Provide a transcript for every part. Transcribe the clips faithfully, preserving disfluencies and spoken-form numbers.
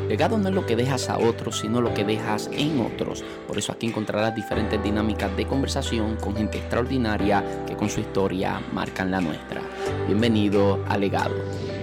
Legado no es lo que dejas a otros, sino lo que dejas en otros. Por eso aquí encontrarás diferentes dinámicas de conversación con gente extraordinaria que con su historia marcan la nuestra. Bienvenido a Legado.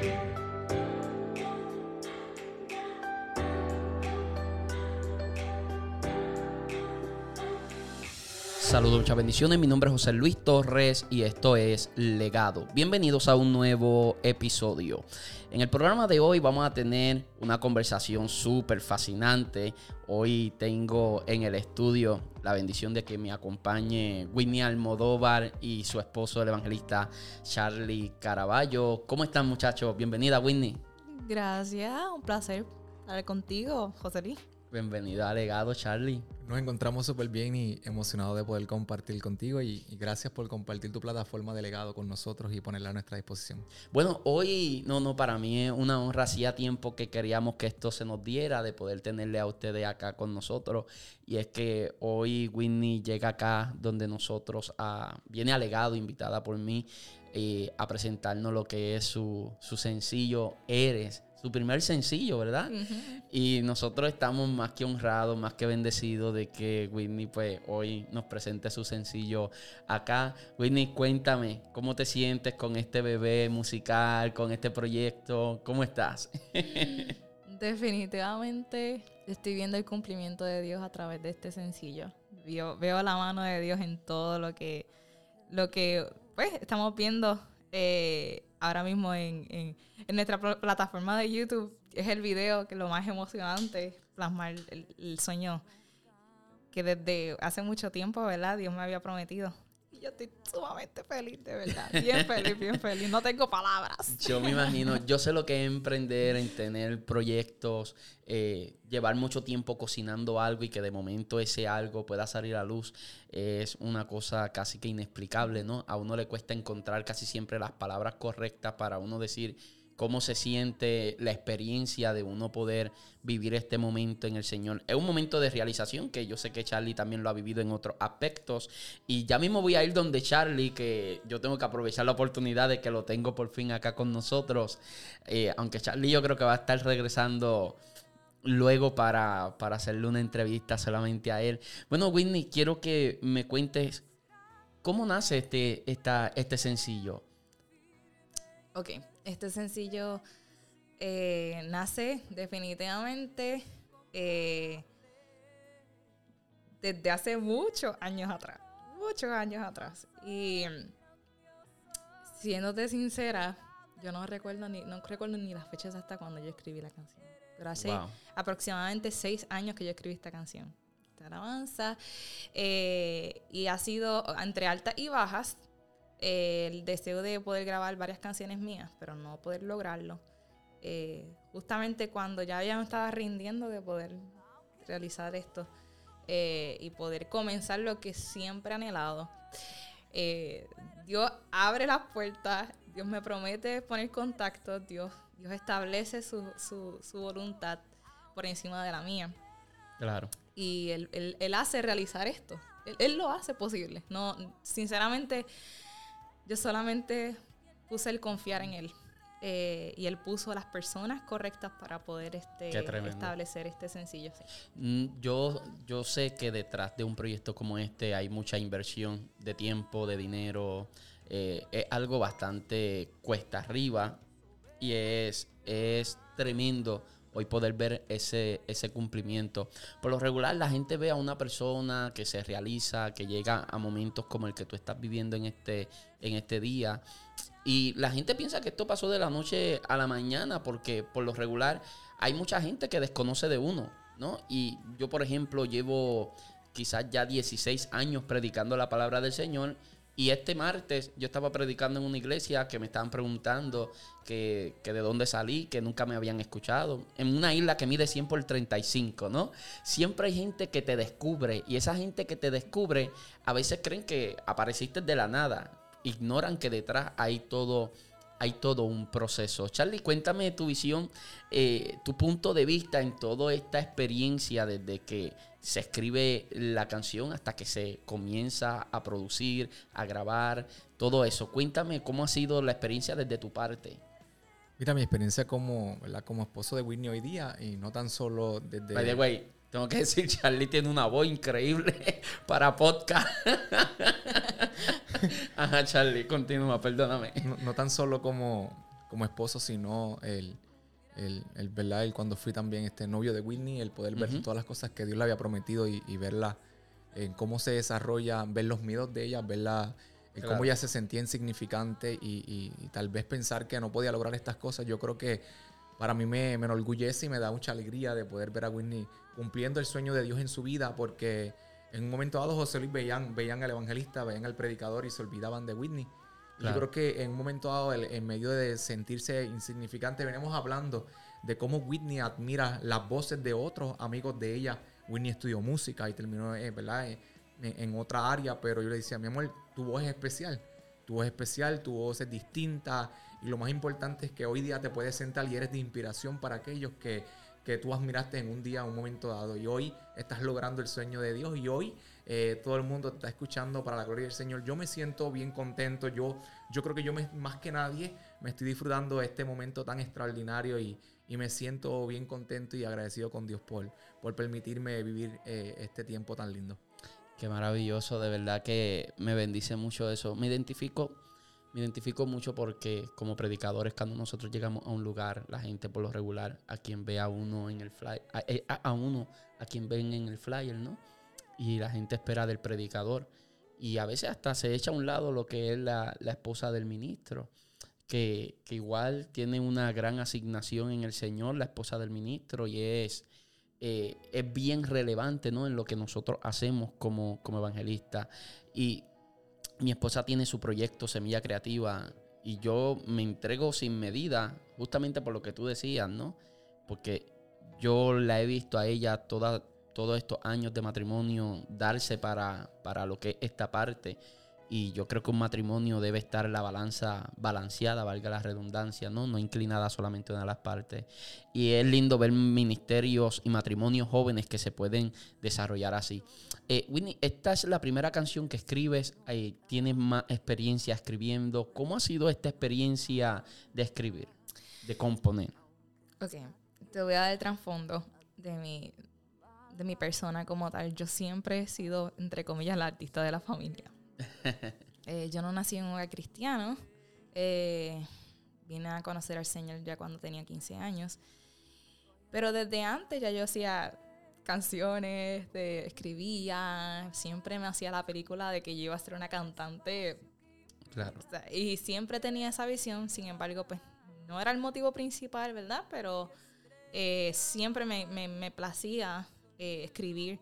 Saludos, muchas bendiciones. Mi nombre es José Luis Torres y esto es Legado. Bienvenidos a un nuevo episodio. En el programa de hoy vamos a tener una conversación súper fascinante. Hoy tengo en el estudio la bendición de que me acompañe Whitney Almodóvar y su esposo, el evangelista Charlie Caraballo. ¿Cómo están, muchachos? Bienvenida, Whitney. Gracias, un placer estar contigo, José Luis. Bienvenida a Legado, Charlie. Nos encontramos súper bien y emocionados de poder compartir contigo y, y gracias por compartir tu plataforma de Legado con nosotros y ponerla a nuestra disposición. Bueno, hoy, no, no, para mí es una honra. Hacía tiempo que queríamos que esto se nos diera, de poder tenerle a ustedes acá con nosotros. Y es que hoy Whitney llega acá donde nosotros, a, viene a Legado, invitada por mí, eh, a presentarnos lo que es su, su sencillo, Eres. Su primer sencillo, ¿verdad? Uh-huh. Y nosotros estamos más que honrados, más que bendecidos de que Whitney pues hoy nos presente su sencillo acá. Whitney, cuéntame, ¿cómo te sientes con este bebé musical, con este proyecto? ¿Cómo estás? Definitivamente estoy viendo el cumplimiento de Dios a través de este sencillo. Veo, veo la mano de Dios en todo lo que, lo que pues, estamos viendo eh, ahora mismo en, en, en nuestra pl- plataforma de YouTube. Es el video que lo más emocionante, plasmar el, el sueño que desde hace mucho tiempo, ¿verdad? Dios me había prometido. Y yo estoy sumamente feliz, de verdad. Bien feliz, bien feliz. No tengo palabras. Yo me imagino, yo sé lo que es emprender, en tener proyectos, eh, llevar mucho tiempo cocinando algo y que de momento ese algo pueda salir a luz. Eh, es una cosa casi que inexplicable, ¿no? A uno le cuesta encontrar casi siempre las palabras correctas para uno decir cómo se siente la experiencia de uno poder vivir este momento en el Señor. Es un momento de realización que yo sé que Charlie también lo ha vivido en otros aspectos. Y ya mismo voy a ir donde Charlie, que yo tengo que aprovechar la oportunidad de que lo tengo por fin acá con nosotros. Eh, aunque Charlie yo creo que va a estar regresando luego para, para hacerle una entrevista solamente a él. Bueno, Whitney, quiero que me cuentes cómo nace este, esta, este sencillo. Ok, este sencillo eh, nace definitivamente eh, desde hace muchos años atrás, muchos años atrás. Y siéndote sincera, yo no recuerdo ni, no recuerdo ni las fechas hasta cuando yo escribí la canción. Pero hace wow. aproximadamente seis años que yo escribí esta canción, esta alabanza, eh, y ha sido entre altas y bajas. Eh, el deseo de poder grabar varias canciones mías, pero no poder lograrlo. Eh, justamente cuando ya, ya me estaba rindiendo de poder realizar esto eh, y poder comenzar lo que siempre he anhelado. Eh, Dios abre las puertas, Dios me promete poner contacto, Dios, Dios establece su, su, su voluntad por encima de la mía. Claro. Y Él, él, él hace realizar esto. Él, él lo hace posible. No, sinceramente, yo solamente puse el confiar en Él. Eh, y Él puso a las personas correctas para poder este, establecer este sencillo. Sí. Yo, yo sé que detrás de un proyecto como este hay mucha inversión de tiempo, de dinero. Eh, es algo bastante cuesta arriba y es, es tremendo hoy poder ver ese, ese cumplimiento. Por lo regular, la gente ve a una persona que se realiza, que llega a momentos como el que tú estás viviendo en este, en este día. Y la gente piensa que esto pasó de la noche a la mañana, porque por lo regular hay mucha gente que desconoce de uno, ¿no? Y yo, por ejemplo, llevo quizás ya dieciséis años predicando la palabra del Señor. Y este martes yo estaba predicando en una iglesia que me estaban preguntando que, que de dónde salí, que nunca me habían escuchado. En una isla que mide cien por treinta y cinco, ¿no? Siempre hay gente que te descubre y esa gente que te descubre a veces creen que apareciste de la nada. Ignoran que detrás hay todo, hay todo un proceso. Charlie, cuéntame tu visión, eh, tu punto de vista en toda esta experiencia desde que se escribe la canción hasta que se comienza a producir, a grabar, todo eso. Cuéntame cómo ha sido la experiencia desde tu parte. Mira, mi experiencia como, ¿verdad? como esposo de Whitney hoy día, y no tan solo desde... By the way, tengo que decir, Charlie tiene una voz increíble para podcast. Ajá, Charlie, continúa, perdóname. No, no tan solo como, como esposo, sino el, el, el, ¿verdad? el cuando fui también este novio de Whitney, el poder ver uh-huh. todas las cosas que Dios le había prometido y, y verla, en cómo se desarrolla, ver los miedos de ella, verla... Claro. Cómo ella se sentía insignificante y, y, y tal vez pensar que no podía lograr estas cosas. Yo creo que para mí me, me enorgullece y me da mucha alegría de poder ver a Whitney cumpliendo el sueño de Dios en su vida, porque en un momento dado José Luis veían, veían al evangelista, veían al predicador y se olvidaban de Whitney. Claro. Yo creo que en un momento dado, el, en medio de sentirse insignificante, venimos hablando de cómo Whitney admira las voces de otros amigos de ella. Whitney estudió música y terminó, eh, ¿verdad? Eh, en otra área, pero yo le decía, mi amor, tu voz es especial, tu voz es especial, tu voz es distinta, y lo más importante es que hoy día te puedes sentar y eres de inspiración para aquellos que, que tú admiraste en un día, en un momento dado, y hoy estás logrando el sueño de Dios, y hoy eh, todo el mundo te está escuchando para la gloria del Señor. Yo me siento bien contento, yo, yo creo que yo me, más que nadie me estoy disfrutando de este momento tan extraordinario, y, y me siento bien contento y agradecido con Dios por, por permitirme vivir eh, este tiempo tan lindo. Qué maravilloso, de verdad que me bendice mucho eso. Me identifico, me identifico mucho porque como predicadores, cuando nosotros llegamos a un lugar, la gente por lo regular, a quien ve a uno en el flyer, a, a, a uno, a quien ven en el flyer, ¿no? Y la gente espera del predicador. Y a veces hasta se echa a un lado lo que es la, la esposa del ministro, que, que igual tiene una gran asignación en el Señor, la esposa del ministro, y es... Eh, es bien relevante, ¿no? En lo que nosotros hacemos como, como evangelistas. Y mi esposa tiene su proyecto Semilla Creativa y yo me entrego sin medida, justamente por lo que tú decías, ¿no? Porque yo la he visto a ella toda, todos estos años de matrimonio darse para, para lo que es esta parte. Y yo creo que un matrimonio debe estar en la balanza balanceada, valga la redundancia, ¿no? No inclinada solamente una de las partes. Y es lindo ver ministerios y matrimonios jóvenes que se pueden desarrollar así. Eh, Whitney, esta es la primera canción que escribes. Eh, ¿Tienes más experiencia escribiendo? ¿Cómo ha sido esta experiencia de escribir, de componer? Ok, te voy a dar el trasfondo de mi, de mi persona como tal. Yo siempre he sido, entre comillas, la artista de la familia. eh, yo no nací en un hogar cristiano. Eh, vine a conocer al Señor ya cuando tenía quince años. Pero desde antes ya yo hacía canciones, de, escribía. Siempre me hacía la película de que yo iba a ser una cantante. Claro. O sea, y siempre tenía esa visión. Sin embargo, pues no era el motivo principal, ¿verdad? Pero eh, siempre me, me, me placía eh, escribir.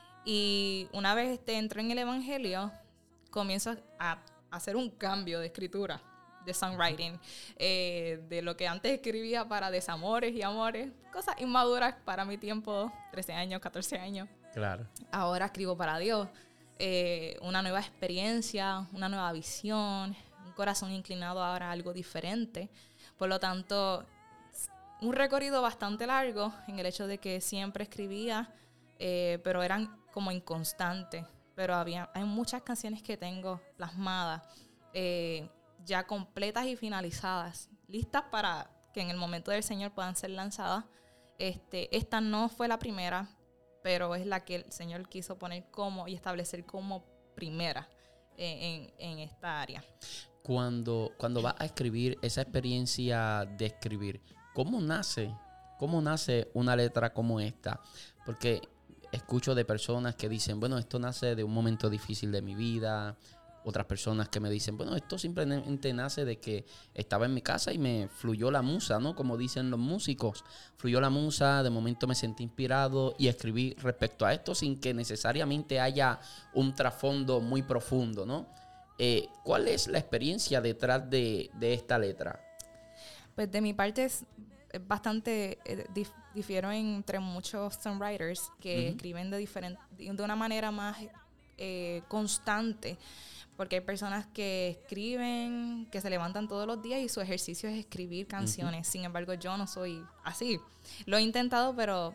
Y una vez este, entré en el Evangelio, comienzo a hacer un cambio de escritura, de songwriting, eh, de lo que antes escribía para desamores y amores, cosas inmaduras para mi tiempo, trece años, catorce años. Claro. Ahora escribo para Dios, eh, una nueva experiencia, una nueva visión, un corazón inclinado ahora a algo diferente. Por lo tanto, un recorrido bastante largo en el hecho de que siempre escribía, eh, pero eran como inconstantes. Pero había, hay muchas canciones que tengo plasmadas, eh, ya completas y finalizadas, listas para que en el momento del Señor puedan ser lanzadas. Este, esta no fue la primera, pero es la que el Señor quiso poner como y establecer como primera en, en, en esta área. Cuando, cuando vas a escribir, esa experiencia de escribir, ¿cómo nace? ¿Cómo nace una letra como esta? Porque escucho de personas que dicen, bueno, esto nace de un momento difícil de mi vida. Otras personas que me dicen, bueno, esto simplemente nace de que estaba en mi casa y me fluyó la musa, ¿no? Como dicen los músicos. Fluyó la musa, de momento me sentí inspirado y escribí respecto a esto sin que necesariamente haya un trasfondo muy profundo, ¿no? Eh, ¿Cuál es la experiencia detrás de, de esta letra? Pues de mi parte es bastante eh, dif, difiero entre muchos songwriters que uh-huh. escriben de diferente, de una manera más eh, constante, porque hay personas que escriben, que se levantan todos los días y su ejercicio es escribir canciones. Uh-huh. Sin embargo, yo no soy así. Lo he intentado, pero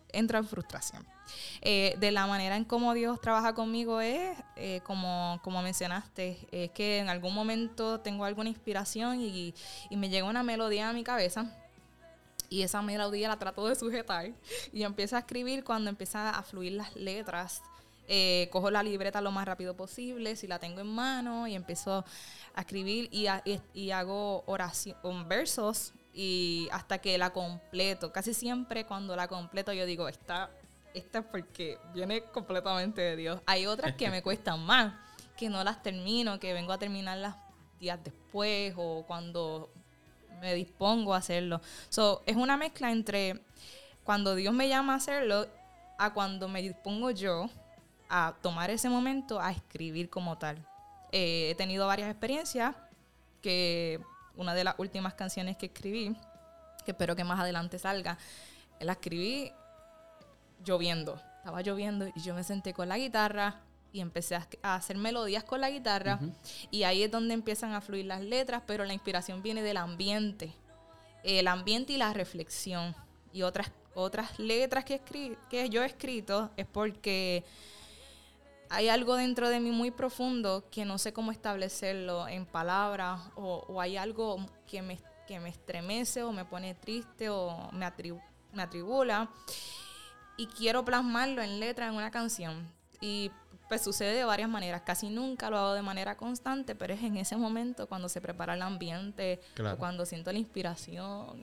entro en frustración. Eh, de la manera en cómo Dios trabaja conmigo es, eh, como, como mencionaste, es que en algún momento tengo alguna inspiración y, y me llega una melodía a mi cabeza. Y esa melodía la trato de sujetar y empiezo a escribir cuando empiezan a fluir las letras. Eh, cojo la libreta lo más rápido posible, si la tengo en mano, y empiezo a escribir y, a, y, y hago oración, versos, y hasta que la completo. Casi siempre cuando la completo yo digo, esta, esta es porque viene completamente de Dios. Hay otras que me cuestan más, que no las termino, que vengo a terminarlas días después o cuando me dispongo a hacerlo. So, es una mezcla entre cuando Dios me llama a hacerlo a cuando me dispongo yo a tomar ese momento a escribir como tal. Eh, he tenido varias experiencias, que una de las últimas canciones que escribí, que espero que más adelante salga, la escribí lloviendo. Estaba lloviendo y yo me senté con la guitarra y empecé a, a hacer melodías con la guitarra, uh-huh. y ahí es donde empiezan a fluir las letras, pero la inspiración viene del ambiente, el ambiente y la reflexión. Y otras, otras letras que, escri- que yo he escrito es porque hay algo dentro de mí muy profundo que no sé cómo establecerlo en palabras, o, o hay algo que me, que me estremece o me pone triste o me, atribu- me atribula, y quiero plasmarlo en letra en una canción. Y pues sucede de varias maneras. Casi nunca lo hago de manera constante, pero es en ese momento cuando se prepara el ambiente, claro, o cuando siento la inspiración.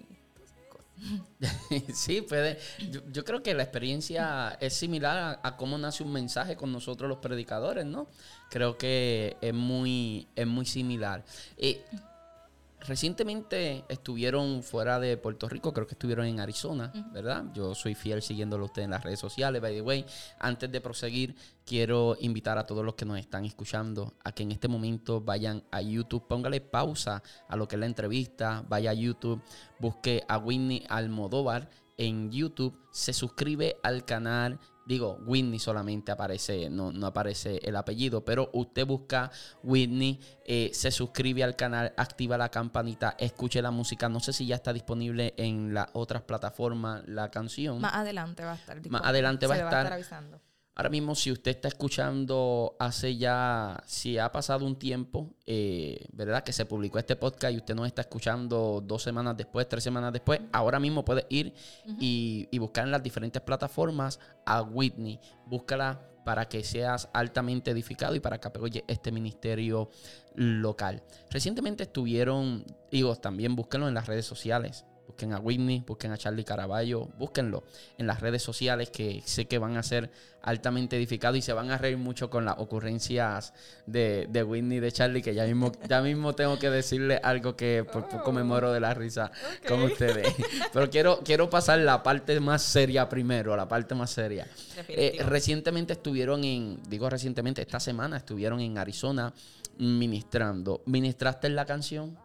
Sí, puede. Yo, yo creo que la experiencia es similar a, a cómo nace un mensaje con nosotros los predicadores, ¿no? Creo que es muy, es muy similar. Eh, Recientemente estuvieron fuera de Puerto Rico, creo que estuvieron en Arizona, ¿verdad? Yo soy fiel siguiéndolo a ustedes en las redes sociales, by the way. Antes de proseguir, quiero invitar a todos los que nos están escuchando a que en este momento vayan a YouTube, póngale pausa a lo que es la entrevista, vaya a YouTube, busque a Whitney Almodóvar en YouTube, se suscribe al canal. Digo, Whitney solamente aparece, no, no aparece el apellido, pero usted busca Whitney, eh, se suscribe al canal, activa la campanita, escuche la música. No sé si ya está disponible en las otras plataformas la canción. Más adelante va a estar disponible. Más adelante va a estar. Se va a estar avisando. Ahora mismo, si usted está escuchando hace ya, si ha pasado un tiempo, eh, ¿verdad? Que se publicó este podcast y usted nos está escuchando dos semanas después, tres semanas después, ahora mismo puede ir uh-huh. y, y buscar en las diferentes plataformas a Whitney. Búscala para que seas altamente edificado y para que apoye este ministerio local. Recientemente estuvieron, digo, también búsquenlo en las redes sociales. Busquen a Whitney, busquen a Charlie Caraballo, búsquenlo en las redes sociales, que sé que van a ser altamente edificados y se van a reír mucho con las ocurrencias de, de Whitney y de Charlie, que ya mismo, ya mismo tengo que decirle algo que por poco me muero de la risa okay. con ustedes. Pero quiero, quiero pasar la parte más seria primero, la parte más seria. Eh, recientemente estuvieron en, digo recientemente, esta semana estuvieron en Arizona ministrando. ¿Ministraste en la canción?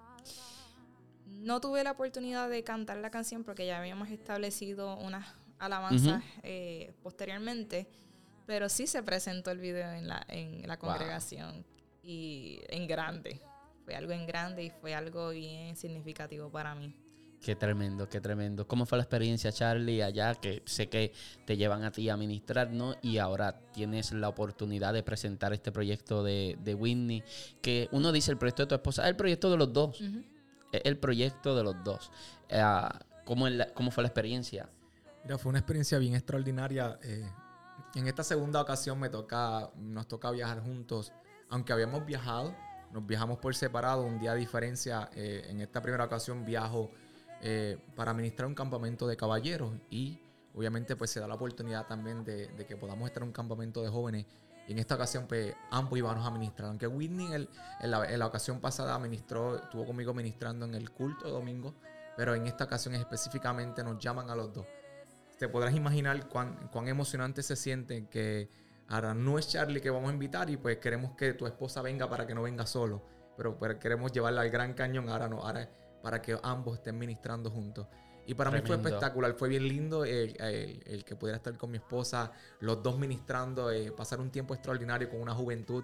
No tuve la oportunidad de cantar la canción porque ya habíamos establecido unas alabanzas uh-huh. eh, posteriormente, pero sí se presentó el video en la, en la congregación wow. y en grande. Fue algo en grande y fue algo bien significativo para mí. Qué tremendo, qué tremendo. ¿Cómo fue la experiencia, Charlie, allá? Que sé que te llevan a ti a ministrar, ¿no? Y ahora tienes la oportunidad de presentar este proyecto de, de Whitney, que uno dice el proyecto de tu esposa, es el proyecto de los dos. Uh-huh. El proyecto de los dos. Uh, ¿cómo, el, ¿Cómo fue la experiencia? Mira, fue una experiencia bien extraordinaria. Eh, en esta segunda ocasión me toca, nos toca viajar juntos. Aunque habíamos viajado, nos viajamos por separado, un día de diferencia. Eh, en esta primera ocasión viajo eh, para ministrar un campamento de caballeros. Y obviamente pues se da la oportunidad también de, de que podamos estar en un campamento de jóvenes. Y en esta ocasión, pues, ambos íbamos a ministrar. Aunque Whitney en, el, en, la, en la ocasión pasada ministró, estuvo conmigo ministrando en el culto de domingo, pero en esta ocasión específicamente nos llaman a los dos. Te podrás imaginar cuán, cuán emocionante se siente que ahora no es Charlie que vamos a invitar y pues queremos que tu esposa venga para que no venga solo, pero, pero queremos llevarla al Gran Cañón, ahora no, ahora para que ambos estén ministrando juntos. Y para Tremendo. mí fue espectacular, fue bien lindo el, el, el que pudiera estar con mi esposa, los dos ministrando, eh, pasar un tiempo extraordinario con una juventud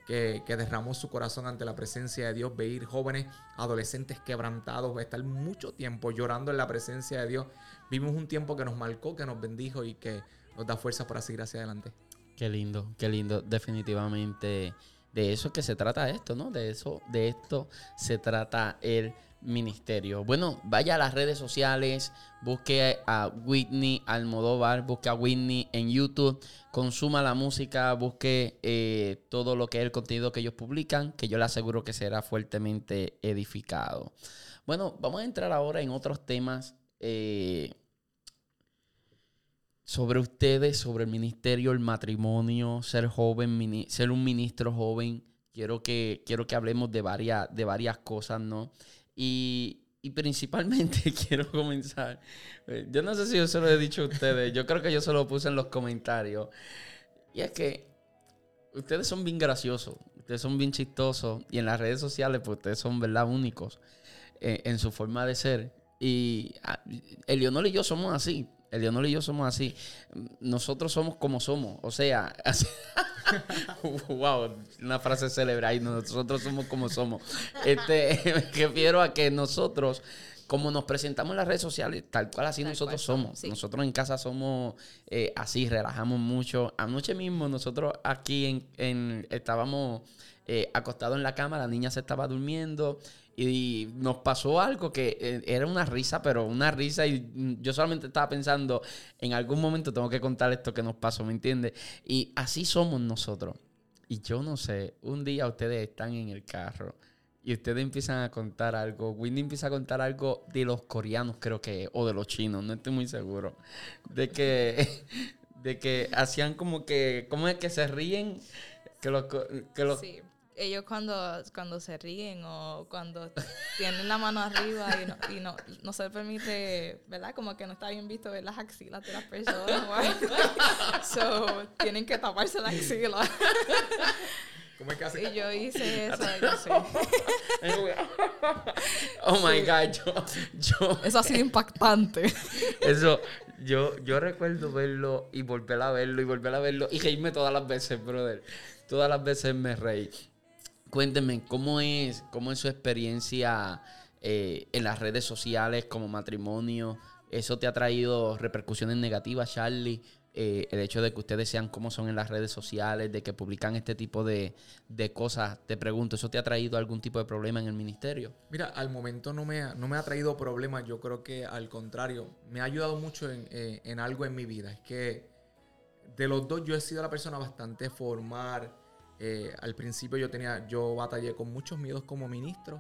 que, que derramó su corazón ante la presencia de Dios, ver jóvenes, adolescentes quebrantados, estar mucho tiempo llorando en la presencia de Dios. Vimos un tiempo que nos marcó, que nos bendijo y que nos da fuerza para seguir hacia adelante. Qué lindo, qué lindo. Definitivamente de eso es que se trata esto, ¿no? De eso, de esto se trata el ministerio. Bueno, vaya a las redes sociales, busque a Whitney Almodóvar, busque a Whitney en YouTube, consuma la música, busque eh, todo lo que es el contenido que ellos publican, que yo le aseguro que será fuertemente edificado. Bueno, vamos a entrar ahora en otros temas eh, sobre ustedes, sobre el ministerio, el matrimonio, ser joven, mini, ser un ministro joven. Quiero que, quiero que hablemos de varias, de varias cosas, ¿no? Y, y principalmente quiero comenzar. Yo no sé si yo se lo he dicho a ustedes. Yo creo que yo se lo puse en los comentarios. Y es que ustedes son bien graciosos. Ustedes son bien chistosos. Y en las redes sociales, pues ustedes son, ¿verdad?, únicos eh, en su forma de ser. Y ah, Elionor y yo somos así. Elionor y yo somos así. Nosotros somos como somos. O sea... Así, wow, una frase célebre ahí. Nosotros somos como somos. Este, me refiero a que nosotros, como nos presentamos en las redes sociales, tal cual así tal nosotros cual, somos. Sí. Nosotros en casa somos eh, así, relajamos mucho. Anoche mismo nosotros aquí en, en, estábamos eh, acostados en la cama, la niña se estaba durmiendo y nos pasó algo que eh, era una risa, pero una risa, y yo solamente estaba pensando, en algún momento tengo que contar esto que nos pasó, ¿me entiendes? Y así somos nosotros. Y yo no sé, un día ustedes están en el carro y ustedes empiezan a contar algo. Whitney empieza a contar algo de los coreanos, creo que, o de los chinos, no estoy muy seguro. De que, de que hacían como que, ¿cómo es que se ríen? Que los... Que los sí. Ellos cuando, cuando se ríen o cuando tienen la mano arriba y, no, y no, no se permite, ¿verdad? Como que no está bien visto ver las axilas de las personas. So, tienen que taparse las axilas. ¿Cómo es que hace? Y yo hice eso. Yo sé. Oh my sí. God, yo, yo... Eso ha sido impactante. Eso, yo, yo recuerdo verlo y volver a verlo y volver a verlo y reírme todas las veces, brother. Todas las veces me reí. Cuéntenme, ¿cómo es, cómo es su experiencia eh, en las redes sociales como matrimonio? ¿Eso te ha traído repercusiones negativas, Charlie? Eh, el hecho de que ustedes sean como son en las redes sociales, de que publican este tipo de, de cosas. Te pregunto, ¿eso te ha traído algún tipo de problema en el ministerio? Mira, al momento no me ha, no me ha traído problemas. Yo creo que al contrario, me ha ayudado mucho en, eh, en algo en mi vida. Es que de los dos yo he sido la persona bastante formal. Eh, al principio yo tenía, yo batallé con muchos miedos como ministro,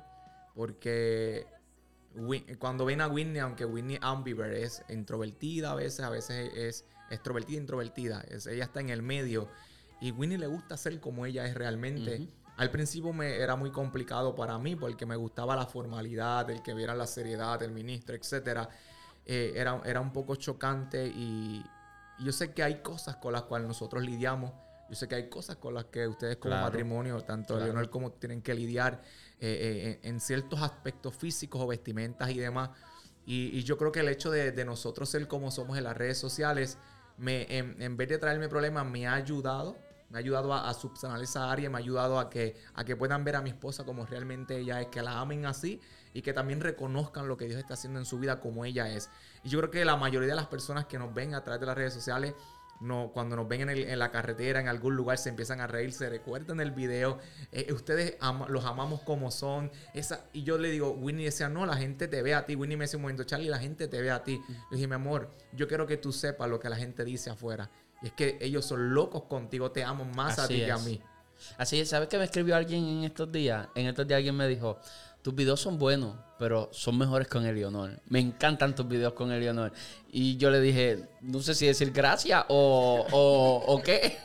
porque cuando ven a Whitney, aunque Whitney ambivert es introvertida a veces, a veces es extrovertida, introvertida, es, ella está en el medio, y Whitney le gusta ser como ella es realmente. Uh-huh. Al principio me era muy complicado para mí porque me gustaba la formalidad, el que vieran la seriedad del ministro, etcétera. Eh, era, era un poco chocante y, y yo sé que hay cosas con las cuales nosotros lidiamos. Yo sé que hay cosas con las que ustedes como claro. matrimonio, tanto claro. Leonor como tú, tienen que lidiar eh, eh, en ciertos aspectos físicos o vestimentas y demás. Y, y yo creo que el hecho de, de nosotros ser como somos en las redes sociales, me, en, en vez de traerme problemas, me ha ayudado. Me ha ayudado a, a subsanar esa área, me ha ayudado a que, a que puedan ver a mi esposa como realmente ella es, que la amen así y que también reconozcan lo que Dios está haciendo en su vida como ella es. Y yo creo que la mayoría de las personas que nos ven a través de las redes sociales, no, cuando nos ven en, el, en la carretera, en algún lugar, se empiezan a reír, se recuerdan el video. Eh, ustedes ama, los amamos como son. Esa, y yo le digo, Whitney decía, no, la gente te ve a ti. Whitney me decía un momento, Charlie, la gente te ve a ti. Mm. Le dije, mi amor, yo quiero que tú sepas lo que la gente dice afuera. Y es que ellos son locos contigo, te aman más Así a ti es. que a mí. Así es. ¿Sabes qué me escribió alguien en estos días? En estos días alguien me dijo, tus videos son buenos, pero son mejores con Elionor. Me encantan tus videos con Elionor. Y yo le dije, no sé si decir gracias o, o, o qué.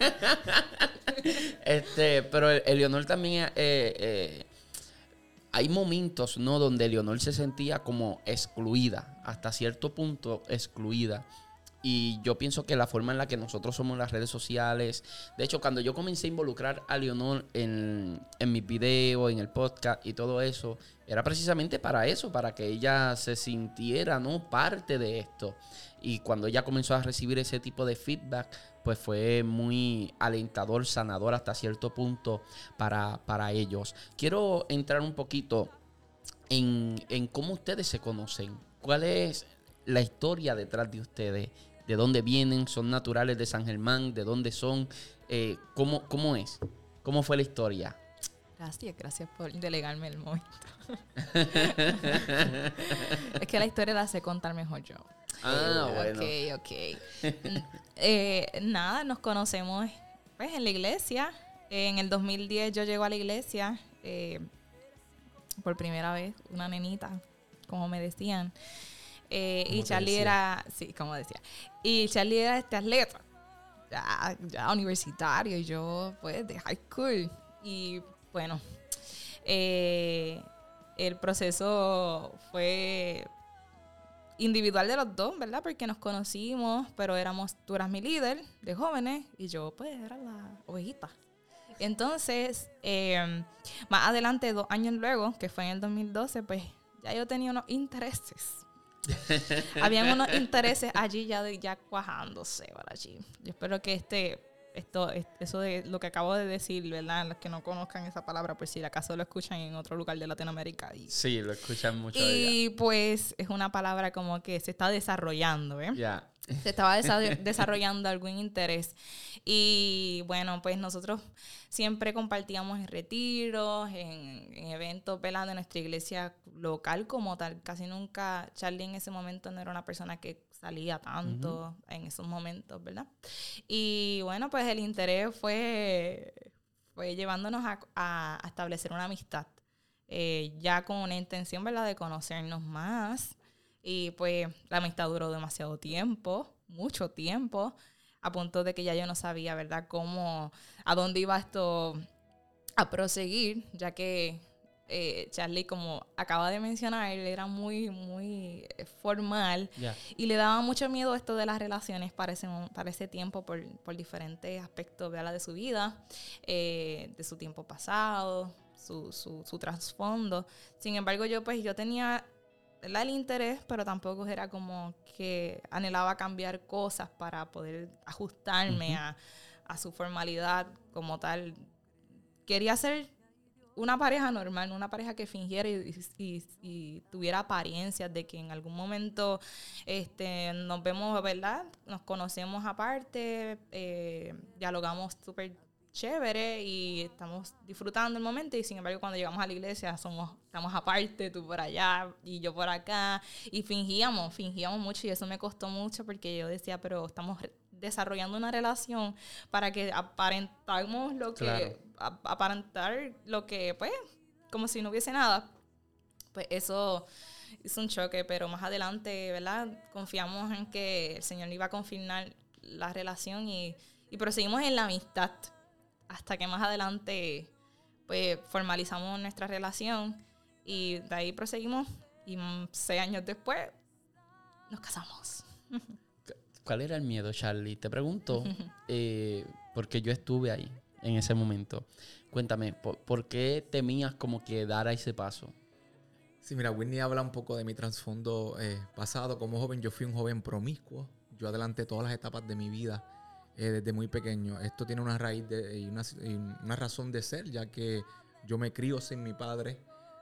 este, pero Elionor también... Eh, eh, hay momentos, ¿no?, donde Elionor se sentía como excluida, hasta cierto punto excluida. Y yo pienso que la forma en la que nosotros somos en las redes sociales... De hecho, cuando yo comencé a involucrar a Leonor en, en mis videos, en el podcast y todo eso, era precisamente para eso, para que ella se sintiera, ¿no?, parte de esto. Y cuando ella comenzó a recibir ese tipo de feedback, pues fue muy alentador, sanador hasta cierto punto para, para ellos. Quiero entrar un poquito en, en cómo ustedes se conocen. ¿Cuál es la historia detrás de ustedes? ¿De dónde vienen? ¿Son naturales de San Germán? ¿De dónde son? Eh, ¿cómo, ¿Cómo es? ¿Cómo fue la historia? Gracias, gracias por delegarme el momento. Es que la historia la sé contar mejor yo. Ah, eh, bueno. Ok, ok. eh, nada, nos conocemos pues en la iglesia. En el dos mil diez yo llego a la iglesia eh, por primera vez, una nenita, como me decían. Eh, y Charlie era, sí, como decía. Y Charlie era este atleta, ya, ya universitario, y yo pues de high school. Y bueno, eh, el proceso fue individual de los dos, ¿verdad? Porque nos conocimos, pero éramos, tú eras mi líder de jóvenes y yo pues era la ovejita. Entonces, eh, más adelante, dos años luego, que fue en el dos mil doce, pues ya yo tenía unos intereses. Habían unos intereses allí ya, de, ya cuajándose por allí. Yo espero que este, esto, eso de lo que acabo de decir, ¿verdad? Los que no conozcan esa palabra, pues si acaso lo escuchan en otro lugar de Latinoamérica. Y, sí, lo escuchan mucho. Y pues es una palabra como que se está desarrollando, ¿eh? Ya. Yeah. Se estaba desa- desarrollando algún interés. Y bueno, pues nosotros siempre compartíamos en retiros, en, en eventos, ¿verdad?, de nuestra iglesia local como tal. Casi nunca, Charlie en ese momento no era una persona que salía tanto uh-huh. en esos momentos, ¿verdad? Y bueno, pues el interés fue, fue llevándonos a, a, a establecer una amistad. Eh, ya con una intención, ¿verdad?, de conocernos más. Y pues la amistad duró demasiado tiempo, mucho tiempo, a punto de que ya yo no sabía, ¿verdad?, cómo, a dónde iba esto a proseguir, ya que eh, Charlie, como acaba de mencionar, él era muy, muy formal yeah. y le daba mucho miedo esto de las relaciones para ese, para ese tiempo por, por diferentes aspectos, ¿verdad?, de su vida, eh, de su tiempo pasado, su, su, su trasfondo. Sin embargo, yo pues yo tenía el interés, pero tampoco era como que anhelaba cambiar cosas para poder ajustarme uh-huh. a, a su formalidad como tal. Quería ser una pareja normal, una pareja que fingiera y, y, y tuviera apariencias de que en algún momento este, nos vemos, ¿verdad? Nos conocemos aparte, eh, dialogamos súper chévere y estamos disfrutando el momento, y sin embargo cuando llegamos a la iglesia somos estamos aparte, tú por allá y yo por acá, y fingíamos, fingíamos mucho, y eso me costó mucho porque yo decía, pero estamos desarrollando una relación para que aparentamos lo que claro. a, aparentar lo que pues como si no hubiese nada. Pues eso es un choque, pero más adelante, ¿verdad?, confiamos en que el Señor iba a confirmar la relación y, y proseguimos en la amistad. Hasta que más adelante pues formalizamos nuestra relación y de ahí proseguimos y seis años después nos casamos. ¿Cuál era el miedo, Charlie? Te pregunto, eh, porque yo estuve ahí en ese momento. Cuéntame, ¿por, ¿por qué temías como que dar ese paso? Sí, mira, Whitney habla un poco de mi trasfondo eh, pasado. Como joven, yo fui un joven promiscuo. Yo adelanté todas las etapas de mi vida. Eh, desde muy pequeño. Esto tiene una raíz de, y, una, y una razón de ser, ya que yo me crío sin mi padre.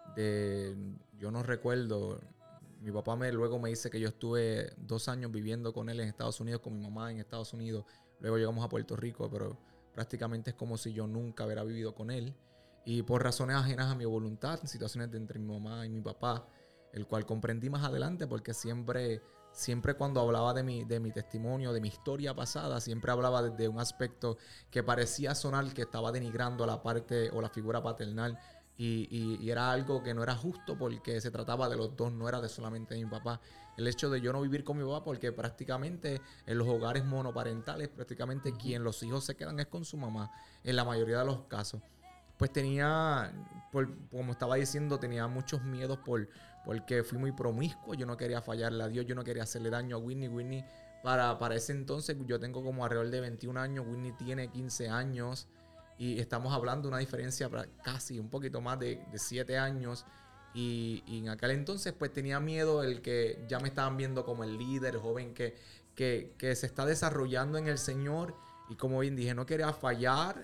De, yo no recuerdo, mi papá me, luego me dice que yo estuve dos años viviendo con él en Estados Unidos, con mi mamá en Estados Unidos. Luego llegamos a Puerto Rico, pero prácticamente es como si yo nunca hubiera vivido con él. Y por razones ajenas a mi voluntad, situaciones de entre mi mamá y mi papá, el cual comprendí más adelante porque siempre... Siempre cuando hablaba de mi, de mi testimonio, de mi historia pasada, siempre hablaba desde un aspecto que parecía sonar que estaba denigrando a la parte o la figura paternal. Y, y, y era algo que no era justo porque se trataba de los dos, no era de solamente de mi papá. El hecho de yo no vivir con mi papá, porque prácticamente en los hogares monoparentales, prácticamente quien los hijos se quedan es con su mamá, en la mayoría de los casos. Pues tenía, por, como estaba diciendo, tenía muchos miedos por... porque fui muy promiscuo, yo no quería fallarle a Dios, yo no quería hacerle daño a Whitney. Whitney para, para ese entonces yo tengo como alrededor de veintiún años, Whitney tiene quince años y estamos hablando de una diferencia para casi un poquito más de, de siete años. Y, y en aquel entonces pues tenía miedo el que ya me estaban viendo como el líder joven que, que, que se está desarrollando en el Señor. Y como bien dije, no quería fallar,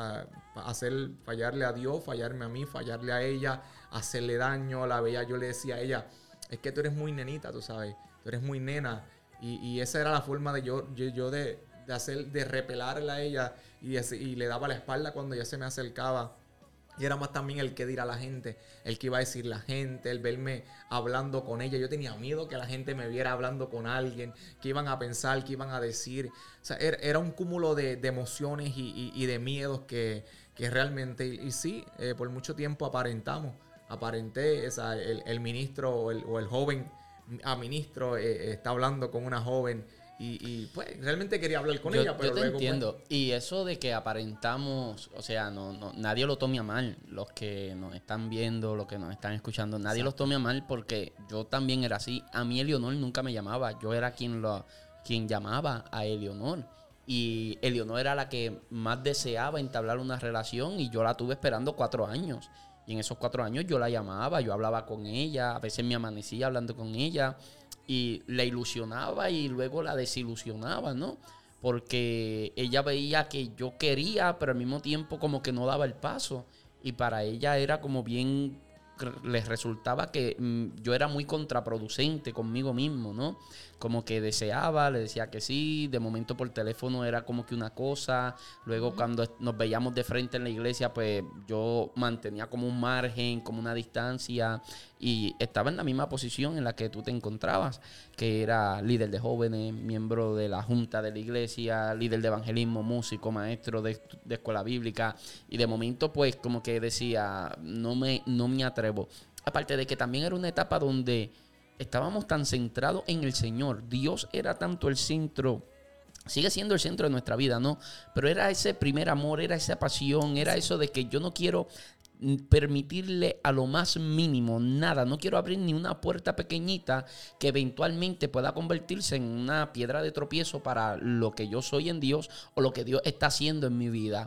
hacer, fallarle a Dios, fallarme a mí, fallarle a ella, hacerle daño. La veía, yo le decía a ella, es que tú eres muy nenita, tú sabes, tú eres muy nena. Y, y esa era la forma de yo, yo, yo de, de hacer, de repelarla a ella. Y, y le daba la espalda cuando ella se me acercaba. Y era más también el que dirá la gente, el que iba a decir la gente, el verme hablando con ella. Yo tenía miedo que la gente me viera hablando con alguien, que iban a pensar, que iban a decir. O sea, era, era un cúmulo de, de emociones y, y, y de miedos que, que realmente, y, y sí, eh, por mucho tiempo aparentamos. Aparenté, o sea, el, el ministro o el, o el joven a ministro eh, está hablando con una joven. Y, y pues realmente quería hablar con yo, ella, pero yo te luego, entiendo. Pues, y eso de que aparentamos, o sea, no, no, nadie lo tome a mal. Los que nos están viendo, los que nos están escuchando, nadie los tome a mal porque yo también era así. A mí Eleonor nunca me llamaba. Yo era quien, lo, quien llamaba a Eleonor. Y Eleonor era la que más deseaba entablar una relación y yo la tuve esperando cuatro años. Y en esos cuatro años yo la llamaba, yo hablaba con ella, a veces me amanecía hablando con ella. Y la ilusionaba y luego la desilusionaba, ¿no? Porque ella veía que yo quería, pero al mismo tiempo como que no daba el paso. Y para ella era como bien, les resultaba que mmm, yo era muy contraproducente conmigo mismo, ¿no? Como que deseaba, le decía que sí, de momento por teléfono era como que una cosa, luego uh-huh. cuando nos veíamos de frente en la iglesia, pues yo mantenía como un margen, como una distancia, y estaba en la misma posición en la que tú te encontrabas, que era líder de jóvenes, miembro de la junta de la iglesia, líder de evangelismo, músico, maestro de, de escuela bíblica, y de momento pues como que decía, no me, no me atrevo. Aparte de que también era una etapa donde estábamos tan centrados en el Señor. Dios era tanto el centro, sigue siendo el centro de nuestra vida, ¿no? Pero era ese primer amor, era esa pasión, era eso de que yo no quiero permitirle a lo más mínimo nada, no quiero abrir ni una puerta pequeñita que eventualmente pueda convertirse en una piedra de tropiezo para lo que yo soy en Dios o lo que Dios está haciendo en mi vida.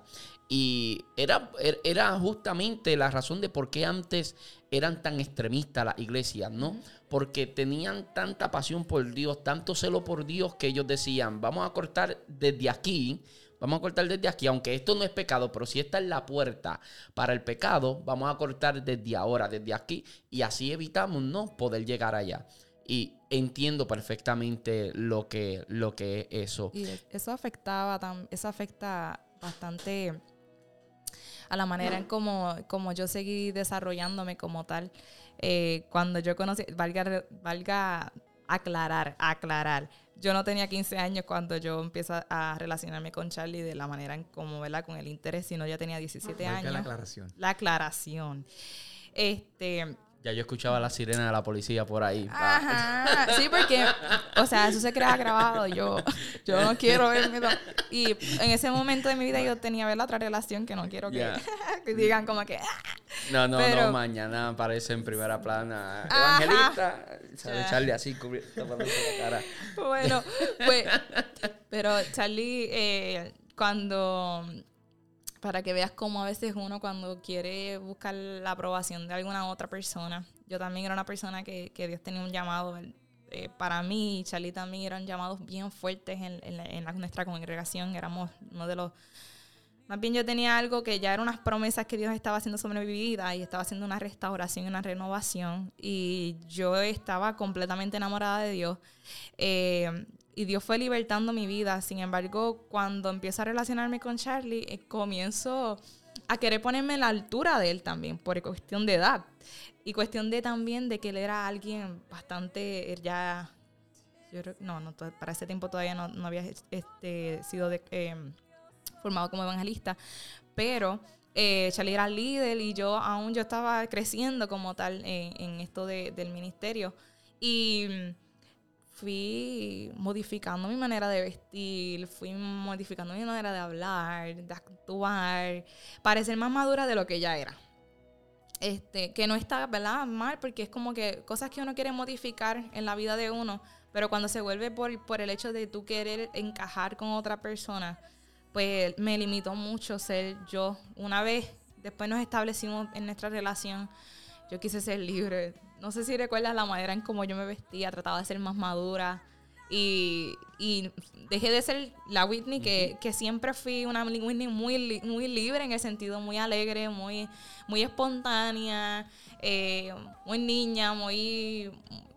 Y era, era justamente la razón de por qué antes eran tan extremistas las iglesias, ¿no? Uh-huh. Porque tenían tanta pasión por Dios, tanto celo por Dios, que ellos decían, vamos a cortar desde aquí, vamos a cortar desde aquí, aunque esto no es pecado, pero si esta es la puerta para el pecado, vamos a cortar desde ahora, desde aquí, y así evitamos, ¿no?, poder llegar allá. Y entiendo perfectamente lo que, lo que es eso. Y eso afectaba, eso afecta bastante a la manera en cómo, cómo yo seguí desarrollándome como tal. Eh, cuando yo conocí, valga, valga aclarar, aclarar, yo no tenía quince años cuando yo empiezo a relacionarme con Charlie de la manera en cómo, ¿verdad?, con el interés, sino ya tenía diecisiete años. La aclaración. La aclaración. Este... Ya yo escuchaba la sirena de la policía por ahí. Ajá, sí, porque, o sea, eso se crea grabado. Yo, yo no quiero verme. Y en ese momento de mi vida yo tenía, ver la otra relación que no quiero que, yeah. que digan como que... No, no, pero, no, mañana aparece en primera plana. Ajá. Evangelista. ¿Sabe? Charlie así tapándose la cara. Bueno, pues, pero Charlie, eh, cuando... Para que veas cómo a veces uno cuando quiere buscar la aprobación de alguna otra persona. Yo también era una persona que, que Dios tenía un llamado. Eh, para mí y Charlie también eran llamados bien fuertes en, en, la, en la, nuestra congregación. Éramos uno de los... Más bien yo tenía algo que ya eran unas promesas que Dios estaba haciendo sobre mi vida y estaba haciendo una restauración y una renovación. Y yo estaba completamente enamorada de Dios. Eh... Y Dios fue libertando mi vida. Sin embargo, cuando empiezo a relacionarme con Charlie, eh, comienzo a querer ponerme a la altura de él también, por cuestión de edad. Y cuestión de también de que él era alguien bastante, él ya, yo creo, no, no, para ese tiempo todavía no, no había este, sido de, eh, formado como evangelista. Pero eh, Charlie era líder y yo aún yo estaba creciendo como tal eh, en esto de, del ministerio. Y... fui modificando mi manera de vestir, fui modificando mi manera de hablar, de actuar, para ser más madura de lo que ya era. Este, que no está, ¿verdad?, mal, porque es como que cosas que uno quiere modificar en la vida de uno, pero cuando se vuelve por, por el hecho de tú querer encajar con otra persona, pues me limitó mucho ser yo. Una vez, después nos establecimos en nuestra relación, yo quise ser libre. No sé si recuerdas la manera en cómo yo me vestía, trataba de ser más madura. Y, y dejé de ser la Whitney que, uh-huh. que siempre fui una Whitney muy, muy libre, en el sentido muy alegre, muy, muy espontánea, eh, muy niña, muy...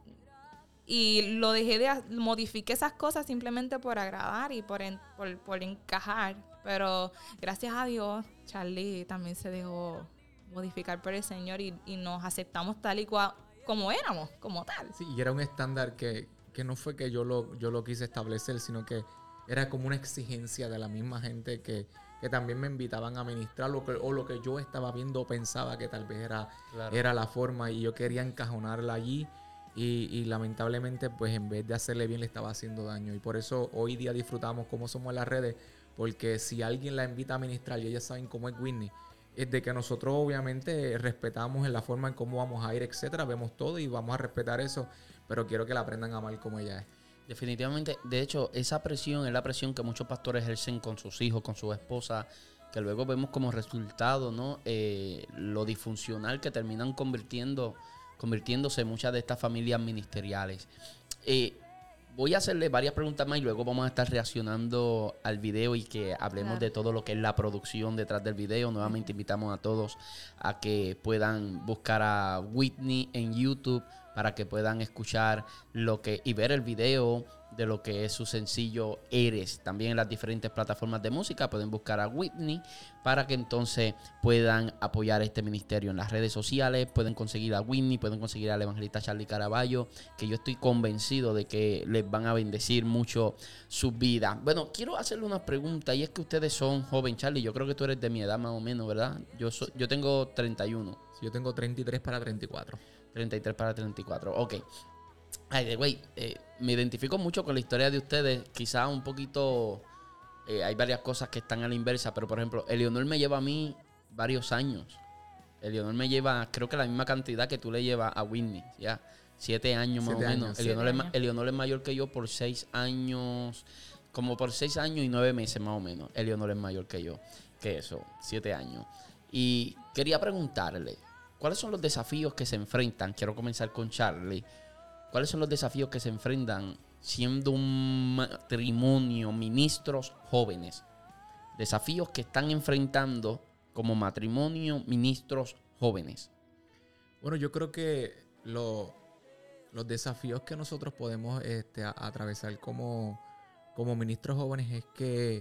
Y lo dejé de... Modifiqué esas cosas simplemente por agradar y por, en, por, por encajar. Pero gracias a Dios, Charlie también se dejó modificar por el Señor y, y nos aceptamos tal y cual como éramos, como tal. Sí, y era un estándar que... que no fue que yo lo, yo lo quise establecer, sino que era como una exigencia de la misma gente que, que también me invitaban a ministrar lo que, o lo que yo estaba viendo o pensaba que tal vez era, claro. era la forma, y yo quería encajonarla allí y, y lamentablemente pues en vez de hacerle bien le estaba haciendo daño, y por eso hoy día disfrutamos cómo somos en las redes, porque si alguien la invita a ministrar y ellas saben cómo es Whitney, es de que nosotros obviamente respetamos en la forma en cómo vamos a ir, etcétera, vemos todo y vamos a respetar eso, pero quiero que la aprendan a amar como ella es. Definitivamente, de hecho, esa presión es la presión que muchos pastores ejercen con sus hijos, con su esposa, que luego vemos como resultado, ¿no? Eh, lo disfuncional que terminan convirtiendo, convirtiéndose en muchas de estas familias ministeriales. Eh, voy a hacerle varias preguntas más y luego vamos a estar reaccionando al video y que hablemos claro. de todo lo que es la producción detrás del video. Nuevamente invitamos a todos a que puedan buscar a Whitney en YouTube para que puedan escuchar lo que y ver el video de lo que es su sencillo Eres. También en las diferentes plataformas de música pueden buscar a Whitney para que entonces puedan apoyar este ministerio en las redes sociales. Pueden conseguir a Whitney, pueden conseguir al evangelista Charlie Caraballo, que yo estoy convencido de que les van a bendecir mucho su vida. Bueno, quiero hacerle una pregunta, y es que ustedes son joven, Charlie. Yo creo que tú eres de mi edad más o menos, ¿verdad? Yo, so, yo tengo treinta y uno. Sí, yo tengo treinta y tres para treinta y cuatro. treinta y tres para treinta y cuatro, ok. Ay, güey, eh, me identifico mucho con la historia de ustedes. Quizás un poquito, eh, hay varias cosas que están a la inversa, pero por ejemplo, Eleonor me lleva a mí varios años. Eleonor me lleva, creo que la misma cantidad que tú le llevas a Whitney, ya, siete años más siete o menos. Años, Eleonor, es, Eleonor es mayor que yo por seis años, como por seis años y nueve meses más o menos. Eleonor es mayor que yo, que eso, siete años. Y quería preguntarle, ¿cuáles son los desafíos que se enfrentan? Quiero comenzar con Charlie. ¿Cuáles son los desafíos que se enfrentan siendo un matrimonio, ministros jóvenes? Desafíos que están enfrentando como matrimonio, ministros jóvenes. Bueno, yo creo que lo, los desafíos que nosotros podemos este, a, a atravesar como, como ministros jóvenes es que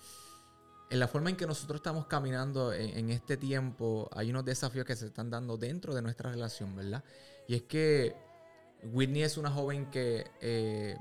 en la forma en que nosotros estamos caminando en, en este tiempo, hay unos desafíos que se están dando dentro de nuestra relación, ¿verdad? Y es que Whitney es una joven que eh,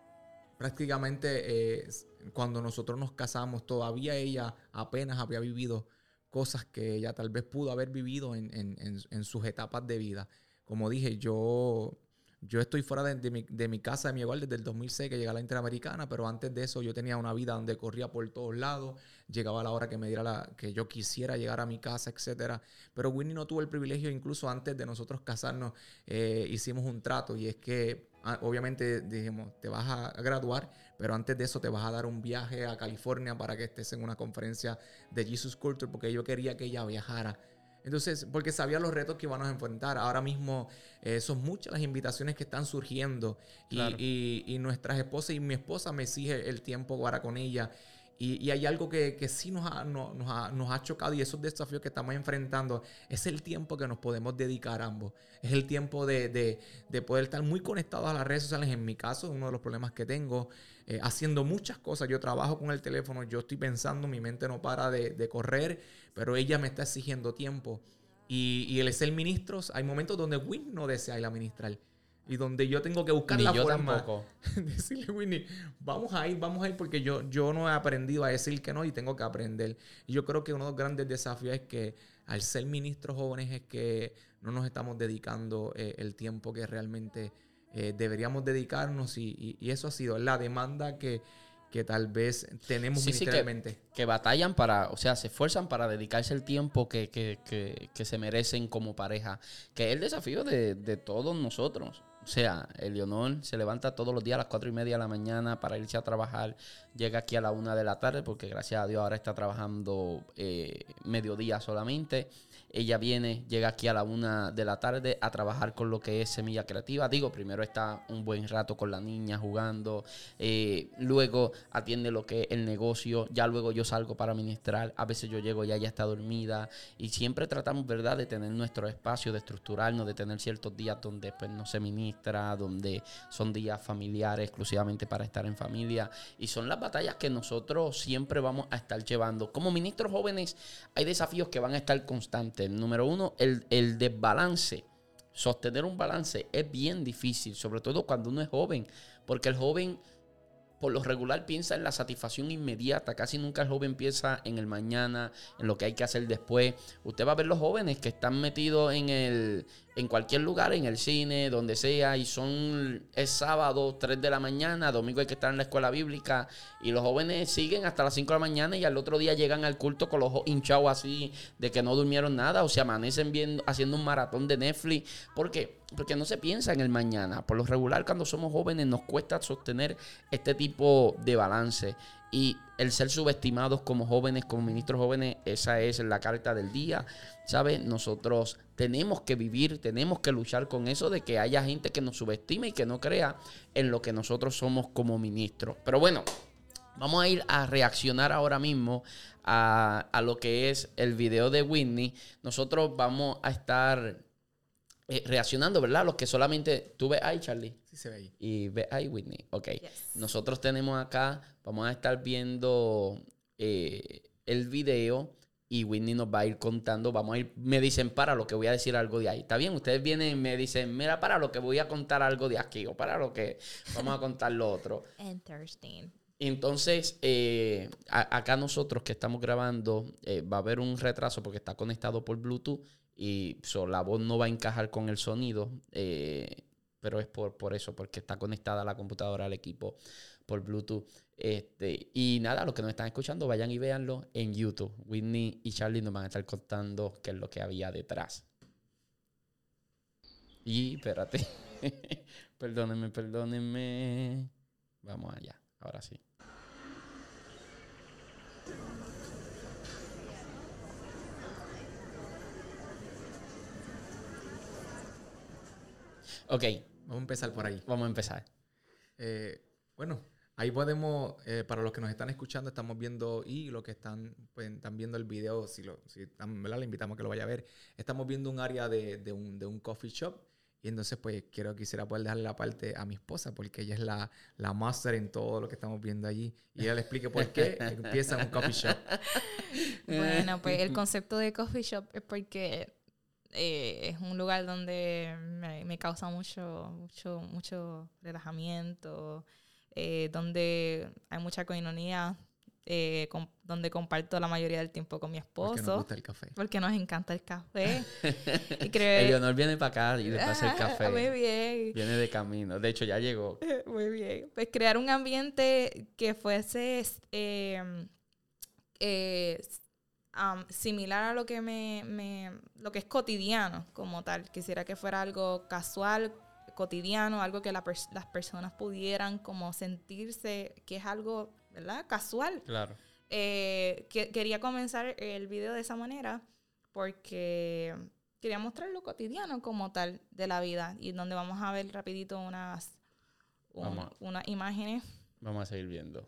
prácticamente eh, cuando nosotros nos casamos, todavía ella apenas había vivido cosas que ella tal vez pudo haber vivido en, en, en, en sus etapas de vida. Como dije, yo... Yo estoy fuera de, de, mi, de mi casa, de mi hogar, desde el dos mil seis que llegué a la Interamericana, pero antes de eso yo tenía una vida donde corría por todos lados, llegaba a la hora que me diera la, que yo quisiera llegar a mi casa, etcétera. Pero Whitney no tuvo el privilegio, incluso antes de nosotros casarnos, eh, hicimos un trato, y es que obviamente dijimos, te vas a graduar, pero antes de eso te vas a dar un viaje a California para que estés en una conferencia de Jesus Culture, porque yo quería que ella viajara. Entonces, porque sabía los retos que íbamos a enfrentar. Ahora mismo eh, son muchas las invitaciones que están surgiendo. Claro. Y, y, y nuestras esposas y mi esposa me exige el tiempo para con ella. Y, y hay algo que, que sí nos ha, no, nos, ha, nos ha chocado, y esos desafíos que estamos enfrentando es el tiempo que nos podemos dedicar ambos. Es el tiempo de, de, de poder estar muy conectados a las redes sociales. En mi caso, uno de los problemas que tengo, eh, haciendo muchas cosas. Yo trabajo con el teléfono, yo estoy pensando, mi mente no para de, de correr, pero ella me está exigiendo tiempo. Y, y el ser ministros, hay momentos donde Whitney no desea ir a ministrar. Y donde yo tengo que buscar Ni la yo forma tampoco. decirle, Whitney, vamos a ir, vamos a ir, porque yo, yo no he aprendido a decir que no y tengo que aprender. Y yo creo que uno de los grandes desafíos es que al ser ministros jóvenes es que no nos estamos dedicando eh, el tiempo que realmente eh, deberíamos dedicarnos, y, y, y eso ha sido la demanda que, que tal vez tenemos sí, ministerialmente. Sí, que, que batallan para, o sea, se esfuerzan para dedicarse el tiempo que, que, que, que se merecen como pareja. Que es el desafío de, de todos nosotros. O sea, Eleonor se levanta todos los días a las cuatro y media de la mañana para irse a trabajar. Llega aquí a la una de la tarde porque gracias a Dios ahora está trabajando eh, mediodía solamente. Ella viene, llega aquí a la una de la tarde a trabajar con lo que es Semilla Creativa. Digo, primero está un buen rato con la niña jugando. Eh, luego atiende lo que es el negocio. Ya luego yo salgo para ministrar. A veces yo llego y ella está dormida. Y siempre tratamos, ¿verdad?, de tener nuestro espacio, de estructurarnos, de tener ciertos días donde pues no se ministra, donde son días familiares exclusivamente para estar en familia. Y son las batallas que nosotros siempre vamos a estar llevando. Como ministros jóvenes hay desafíos que van a estar constantes. Número uno, el, el desbalance. Sostener un balance es bien difícil, sobre todo cuando uno es joven, porque el joven por lo regular piensa en la satisfacción inmediata. Casi nunca el joven piensa en el mañana, en lo que hay que hacer después. Usted va a ver los jóvenes que están metidos en el en cualquier lugar, en el cine, donde sea, y son es sábado, tres de la mañana, domingo hay que estar en la escuela bíblica, y los jóvenes siguen hasta las cinco de la mañana y al otro día llegan al culto con los ojos hinchados así, de que no durmieron nada, o se amanecen viendo, haciendo un maratón de Netflix. ¿Por qué? Porque no se piensa en el mañana. Por lo regular, cuando somos jóvenes nos cuesta sostener este tipo de balance. Y el ser subestimados como jóvenes, como ministros jóvenes, esa es la carta del día, ¿sabes? Nosotros tenemos que vivir, tenemos que luchar con eso de que haya gente que nos subestime y que no crea en lo que nosotros somos como ministros. Pero bueno, vamos a ir a reaccionar ahora mismo a, a lo que es el video de Whitney. Nosotros vamos a estar eh, reaccionando, ¿verdad? Los que solamente... ¿Tú ves ahí, Charlie? Sí, se ve ahí. Y ves ahí, Whitney. Ok. Yes. Nosotros tenemos acá, vamos a estar viendo eh, el video y Whitney nos va a ir contando. Vamos a ir, me dicen, para lo que voy a decir algo de ahí. ¿Está bien? Ustedes vienen y me dicen, mira, para lo que voy a contar algo de aquí o para lo que vamos a contar lo otro. Interesting. Entonces, eh, a, acá nosotros que estamos grabando, eh, va a haber un retraso porque está conectado por Bluetooth y so, la voz no va a encajar con el sonido, eh, pero es por, por eso, porque está conectada la computadora al equipo por Bluetooth. Este, y nada, los que nos están escuchando, vayan y véanlo en YouTube. Whitney y Charlie nos van a estar contando qué es lo que había detrás. Y espérate. Perdónenme, perdónenme. Vamos allá, ahora sí. Ok. Vamos a empezar por ahí. Vamos a empezar. Eh, bueno, ahí podemos, eh, para los que nos están escuchando, estamos viendo, y los que están, pues, están viendo el video, si, lo, si están, ¿verdad? Le invitamos a que lo vaya a ver. Estamos viendo un área de, de, un, de un coffee shop. Y entonces, pues, quiero, quisiera poder dejarle la parte a mi esposa, porque ella es la, la máster en todo lo que estamos viendo allí. Y ella le explique por qué empieza un coffee shop. Bueno, pues el concepto de coffee shop es porque eh, es un lugar donde me, me causa mucho, mucho, mucho relajamiento, eh, donde hay mucha coinonía, eh, con, donde comparto la mayoría del tiempo con mi esposo. Porque nos gusta el café. Porque nos encanta el café. Y creo, Eleonor viene para acá y le pasa el café. Muy bien. Viene de camino. De hecho, ya llegó. Muy bien. Pues crear un ambiente que fuese eh, eh, um, similar a lo que me, me lo que es cotidiano como tal. Quisiera que fuera algo casual, cotidiano, algo que la pers- las personas pudieran como sentirse que es algo, ¿verdad?, casual. Claro. Eh, que, quería comenzar el video de esa manera porque quería mostrar lo cotidiano como tal de la vida y donde vamos a ver rapidito unas, un, Vamos. unas imágenes. Vamos a seguir viendo.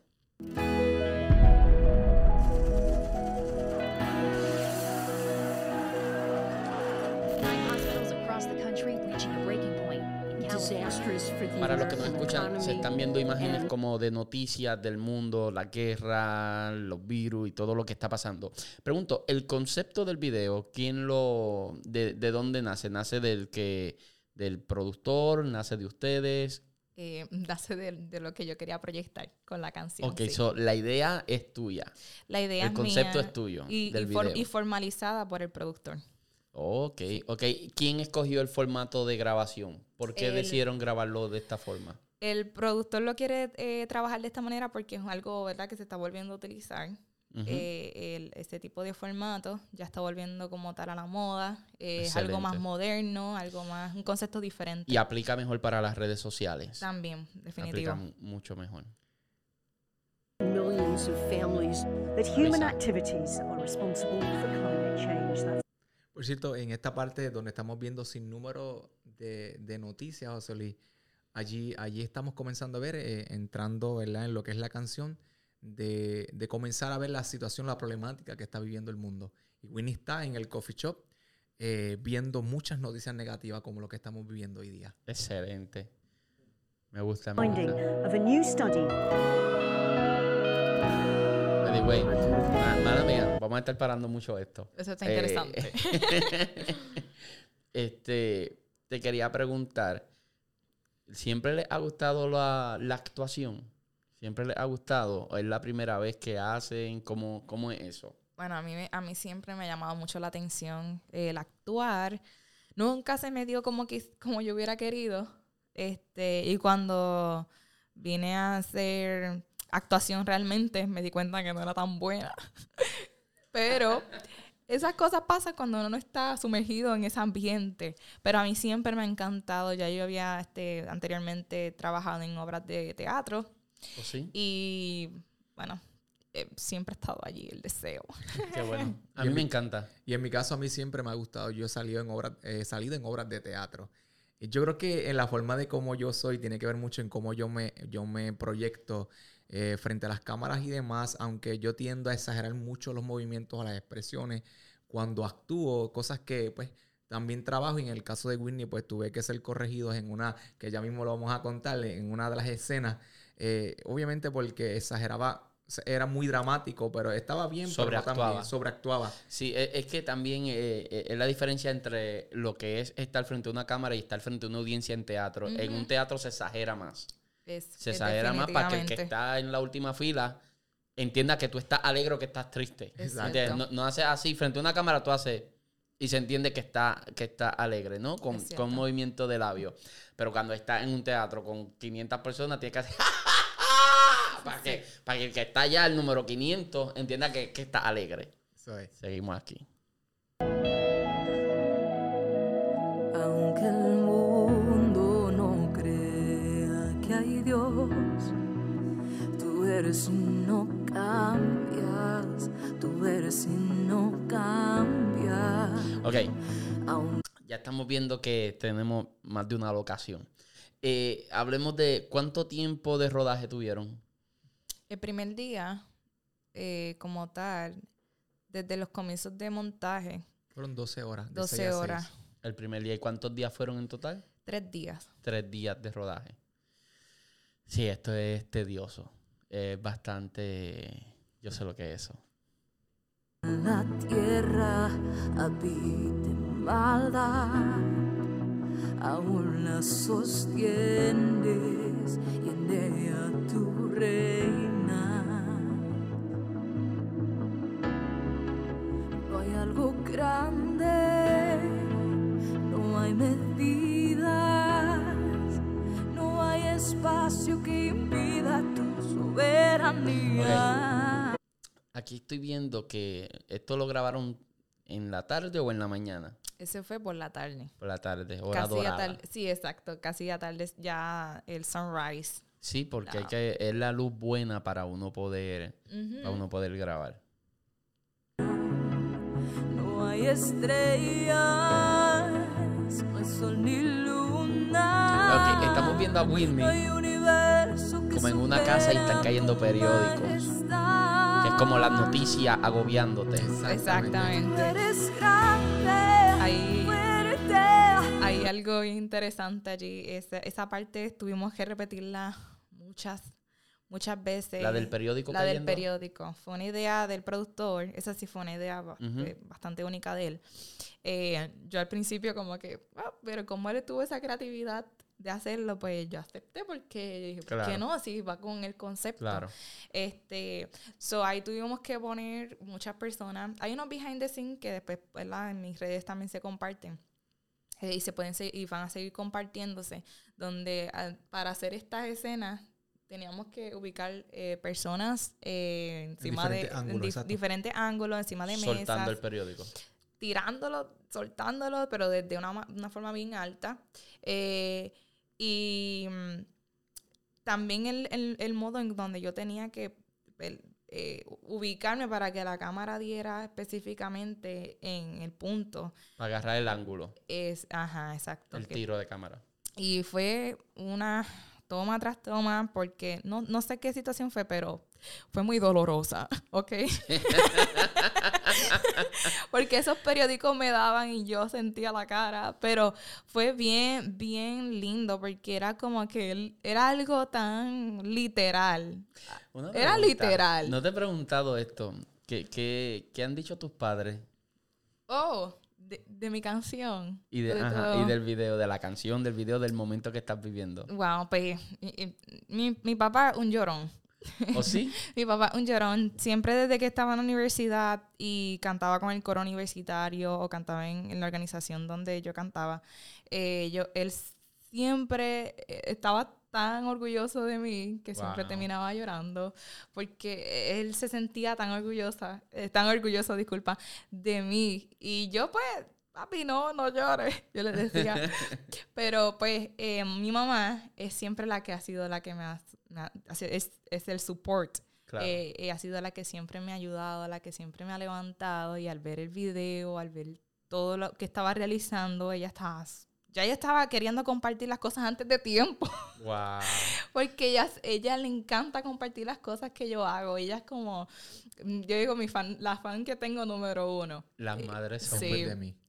Para los que nos escuchan, se están viendo imágenes como de noticias del mundo, la guerra, los virus y todo lo que está pasando. Pregunto, el concepto del video, ¿quién lo, de, de dónde nace? ¿Nace del que, del productor? ¿Nace de ustedes? Eh, nace de, de lo que yo quería proyectar con la canción. Ok, sí. so la idea es tuya. La idea el es concepto mía es tuyo, y, del y, for, video. y formalizada por el productor. Ok, Sí. ok. ¿Quién escogió el formato de grabación? ¿Por qué El- decidieron grabarlo de esta forma? el productor lo quiere eh, trabajar de esta manera porque es algo, ¿verdad?, que se está volviendo a utilizar. Uh-huh. eh, el, este tipo de formato ya está volviendo como tal a la moda. Eh, es algo más moderno, algo más, un concepto diferente. Y aplica mejor para las redes sociales. También, definitivo. Aplica mucho mejor. Millions of families that human activities are responsible for climate change. That's Por cierto, en esta parte donde estamos viendo sin número de, de noticias, José Luis, allí, allí estamos comenzando a ver, eh, entrando, ¿verdad?, en lo que es la canción, de, de comenzar a ver la situación, la problemática que está viviendo el mundo. Y Whitney está en el coffee shop eh, viendo muchas noticias negativas como lo que estamos viviendo hoy día. Excelente. Me gusta, me gusta. Of a new study. Anyway, mala mía, vamos a estar parando mucho esto. Eso está interesante. Eh, este, te quería preguntar, ¿siempre les ha gustado la, la actuación? ¿Siempre les ha gustado? ¿O es la primera vez que hacen? ¿Cómo, cómo es eso? Bueno, a mí, a mí siempre me ha llamado mucho la atención el actuar. Nunca se me dio como, que, como yo hubiera querido. Este, y cuando vine a hacer actuación realmente, me di cuenta que no era tan buena. Pero esas cosas pasan cuando uno no está sumergido en ese ambiente. Pero a mí siempre me ha encantado. Ya yo había este, anteriormente trabajado en obras de teatro. ¿Oh, sí? Y bueno, eh, siempre ha estado allí el deseo. Qué bueno. A mí me encanta. Y en mi caso, a mí siempre me ha gustado. Yo he salido en obras, he salido en obras de teatro. Y yo creo que en la forma de cómo yo soy tiene que ver mucho en cómo yo me, yo me proyecto eh, frente a las cámaras y demás. Aunque yo tiendo a exagerar mucho los movimientos o las expresiones cuando actúo, cosas que pues también trabajo. Y en el caso de Whitney, pues tuve que ser corregidos en una, que ya mismo lo vamos a contar, en una de las escenas. Eh, obviamente porque exageraba, era muy dramático, pero estaba bien, sobreactuaba. Pero también sobreactuaba. Sí, es, es que también eh, eh, es la diferencia entre lo que es estar frente a una cámara y estar frente a una audiencia en teatro. Uh-huh. En un teatro se exagera más. Es, se exagera más para que el que está en la última fila entienda que tú estás alegre o que estás triste. No, no haces así, frente a una cámara tú haces y se entiende que está, que está alegre, ¿no? Con, con un movimiento de labios. Pero cuando estás en un teatro con quinientas personas, tienes que hacer para sí, que, sí. para que el que está allá, el número quinientos, entienda que, que está alegre. Eso es. Seguimos aquí. Aunque el mundo no crea que hay Dios, tú eres y no cambias, tú eres y no cambias. Ok, Aun- ya estamos viendo que tenemos más de una locación. Eh, hablemos de cuánto tiempo de rodaje tuvieron. El primer día, eh, como tal, desde los comienzos de montaje. Fueron doce horas. doce horas. El primer día. ¿Y cuántos días fueron en total? Tres días. Tres días de rodaje. Sí, esto es tedioso. Es bastante... Yo sé lo que es eso. La tierra habita en maldad, aún la sostienes y en ella tú reinas. No hay algo grande, no hay medidas, no hay espacio que impida tu soberanía. Okay. Aquí estoy viendo que esto lo grabaron en la tarde o en la mañana. Ese fue por la tarde. Por la tarde, hora casi dorada. Tarde, sí, exacto. Casi a tarde ya el sunrise. Sí, porque no. hay que, es la luz buena para uno poder, uh-huh. para uno poder grabar. No hay estrellas, no hay sol ni luna. Okay, estamos viendo a Whitney como en una casa y están cayendo periódicos. Que es como las noticias agobiándote. Exactamente. Hay, hay algo interesante allí. Esa, esa parte tuvimos que repetirla muchas, muchas veces. ¿La del periódico La cayendo? del periódico. Fue una idea del productor. Esa sí fue una idea uh-huh. bastante única de él. Eh, yo al principio como que, ah, pero como él tuvo esa creatividad de hacerlo, pues yo acepté porque dije, claro. ¿por qué no? Así va con el concepto. Claro. Este, so ahí tuvimos que poner muchas personas. Hay unos behind the scenes que después, ¿verdad? En mis redes también se comparten. eh, y se pueden seguir, y van a seguir compartiéndose, donde a, para hacer estas escenas teníamos que ubicar eh, personas eh, encima en de diferentes ángulos, en di- diferentes ángulos, encima de mesas. Soltando el periódico. Tirándolo, soltándolo, pero desde una, una forma bien alta. Eh, y mm, también el, el, el modo en donde yo tenía que el, eh, ubicarme para que la cámara diera específicamente en el punto. Para agarrar el ángulo. Es, ajá, exacto. El que, tiro de cámara. y fue una toma tras toma, porque no, no sé qué situación fue, pero fue muy dolorosa, ¿ok? Porque esos periódicos me daban y yo sentía la cara, pero fue bien, bien lindo, porque era como que él, era algo tan literal. Una Era pregunta. literal. No te he preguntado esto. ¿Qué, qué, qué han dicho tus padres? Oh, de, de mi canción. Y, de, de ajá, todo. y del video, de la canción, del video, del momento que estás viviendo. Wow, pues mi, mi, mi papá un llorón. ¿O sí? Mi papá un llorón. Siempre desde que estaba en la universidad y cantaba con el coro universitario o cantaba en, en la organización donde yo cantaba, eh, yo, él siempre estaba tan orgulloso de mí que siempre Wow. terminaba llorando porque él se sentía tan orgullosa, eh, tan orgulloso, disculpa, de mí. Y yo pues, papi, no, no llores, yo le decía. Pero pues eh, mi mamá es siempre la que ha sido la que me ha, me ha- es, es el support. Claro. Eh, eh, ha sido la que siempre me ha ayudado, la que siempre me ha levantado, y al ver el video, al ver todo lo que estaba realizando, ella estaba, ya ella estaba queriendo compartir las cosas antes de tiempo. Wow. Porque ella, ella le encanta compartir las cosas que yo hago. Ella es como, yo digo, mi fan, la fan que tengo número uno. Las madres son Sí. Después de mí.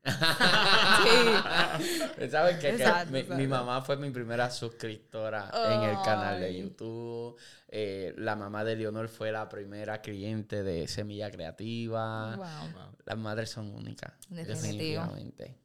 Sí. ¿Sabes qué? Que Exacto, mi, exacto. mi mamá fue mi primera suscriptora en el canal de YouTube. Eh, la mamá de Leonor fue la primera cliente de Semilla Creativa. Wow. Las madres son únicas. Definitivo. Definitivamente.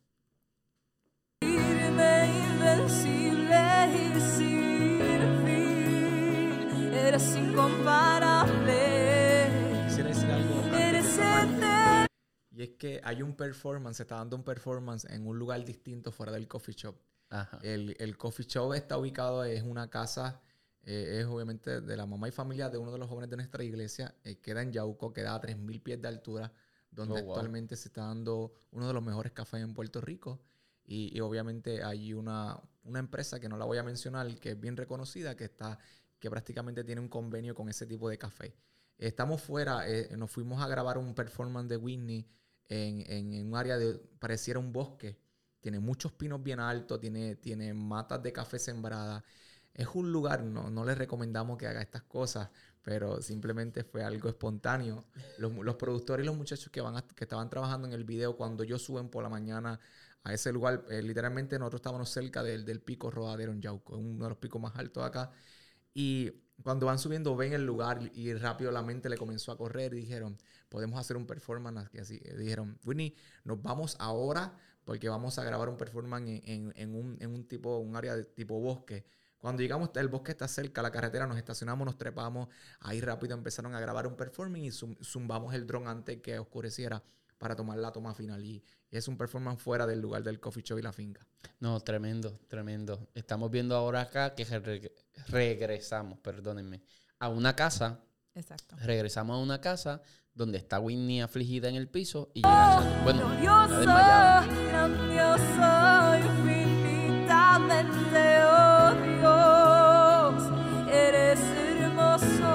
Firme, invencible y sin fin, eres incomparable, Quisiera decir algo antes de eres esa parte. eterno. Y es que hay un performance, se está dando un performance en un lugar distinto fuera del coffee shop. Ajá. El, el coffee shop está ubicado, es una casa, eh, es obviamente de la mamá y familia de uno de los jóvenes de nuestra iglesia. Eh, queda en Yauco, queda a tres mil pies de altura, donde Oh, wow. actualmente se está dando uno de los mejores cafés en Puerto Rico. Y, y obviamente hay una, una empresa que no la voy a mencionar, que es bien reconocida, que está que prácticamente tiene un convenio con ese tipo de café. Estamos fuera, eh, nos fuimos a grabar un performance de Whitney en, en, en un área de, pareciera un bosque. Tiene muchos pinos bien altos, tiene, tiene matas de café sembradas. Es un lugar, no, no les recomendamos que haga estas cosas, pero simplemente fue algo espontáneo. Los, los productores y los muchachos que, van a- que estaban trabajando en el video, cuando ellos suben por la mañana a ese lugar, eh, literalmente nosotros estábamos cerca del, del pico Rodadero en Yauco, uno de los picos más altos de acá. Y cuando van subiendo ven el lugar y rápido la mente le comenzó a correr y dijeron, podemos hacer un performance. Y así eh, dijeron, Whitney, nos vamos ahora porque vamos a grabar un performance en, en, en un, en un tipo, un área de tipo bosque. Cuando llegamos, el bosque está cerca, la carretera, nos estacionamos, nos trepamos. Ahí rápido empezaron a grabar un performance y zum, zumbamos el dron antes que oscureciera para tomar la toma final. Y es un performance fuera del lugar del coffee shop y la finca. No, tremendo, tremendo. Estamos viendo ahora acá que re- regresamos, perdónenme, a una casa. Exacto. Regresamos a una casa donde está Whitney afligida en el piso y llega Shannon. Bueno, está Glorioso, desmayada. grandioso, infinitamente, oh Dios, eres hermoso.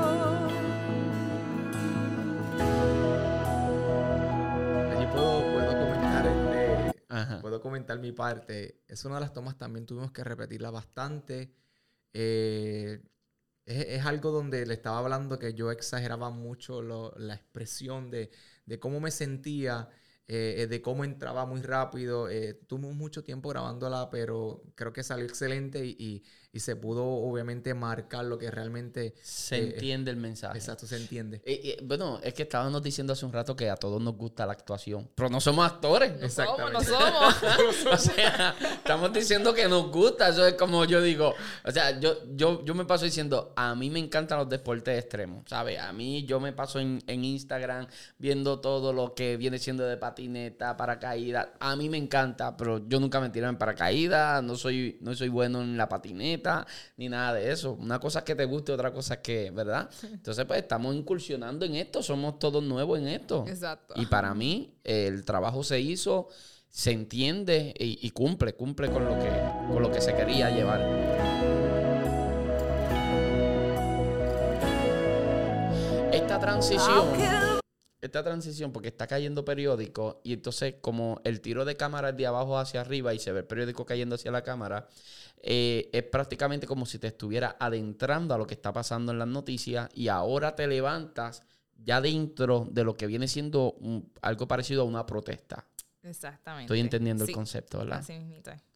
Allí puedo, puedo comentar este, Ajá. puedo comentar mi parte. Es una de las tomas, también tuvimos que repetirla bastante. Eh, es, es algo donde le estaba hablando que yo exageraba mucho lo- la expresión de, de cómo me sentía, eh, eh, de cómo entraba muy rápido. Eh, tuvimos mucho tiempo grabándola, pero creo que salió excelente y, y- y se pudo obviamente marcar lo que realmente... Se eh, entiende el mensaje. Exacto, se entiende. Eh, eh, bueno, es que estábamos diciendo hace un rato que a todos nos gusta la actuación, pero no somos actores. Exactamente. No somos. O sea, estamos diciendo que nos gusta. Eso es como yo digo. O sea, yo, yo, yo me paso diciendo, a mí me encantan los deportes extremos, ¿sabes? A mí yo me paso en, en Instagram viendo todo lo que viene siendo de patinaje patineta, paracaídas. A mí me encanta, pero yo nunca me tiro en paracaídas, no soy, no soy bueno en la patineta, ni nada de eso. Una cosa es que te guste, otra cosa es que, ¿verdad? Entonces, pues, estamos incursionando en esto, somos todos nuevos en esto. Exacto. Y para mí, el trabajo se hizo, se entiende y, y cumple, cumple con lo que, con lo que se quería llevar. Esta transición, esta transición, porque está cayendo periódico y entonces como el tiro de cámara es de abajo hacia arriba y se ve el periódico cayendo hacia la cámara, eh, es prácticamente como si te estuviera adentrando a lo que está pasando en las noticias y ahora te levantas ya dentro de lo que viene siendo un, algo parecido a una protesta. Exactamente. Estoy entendiendo sí. el concepto, ¿verdad? Así mismito es.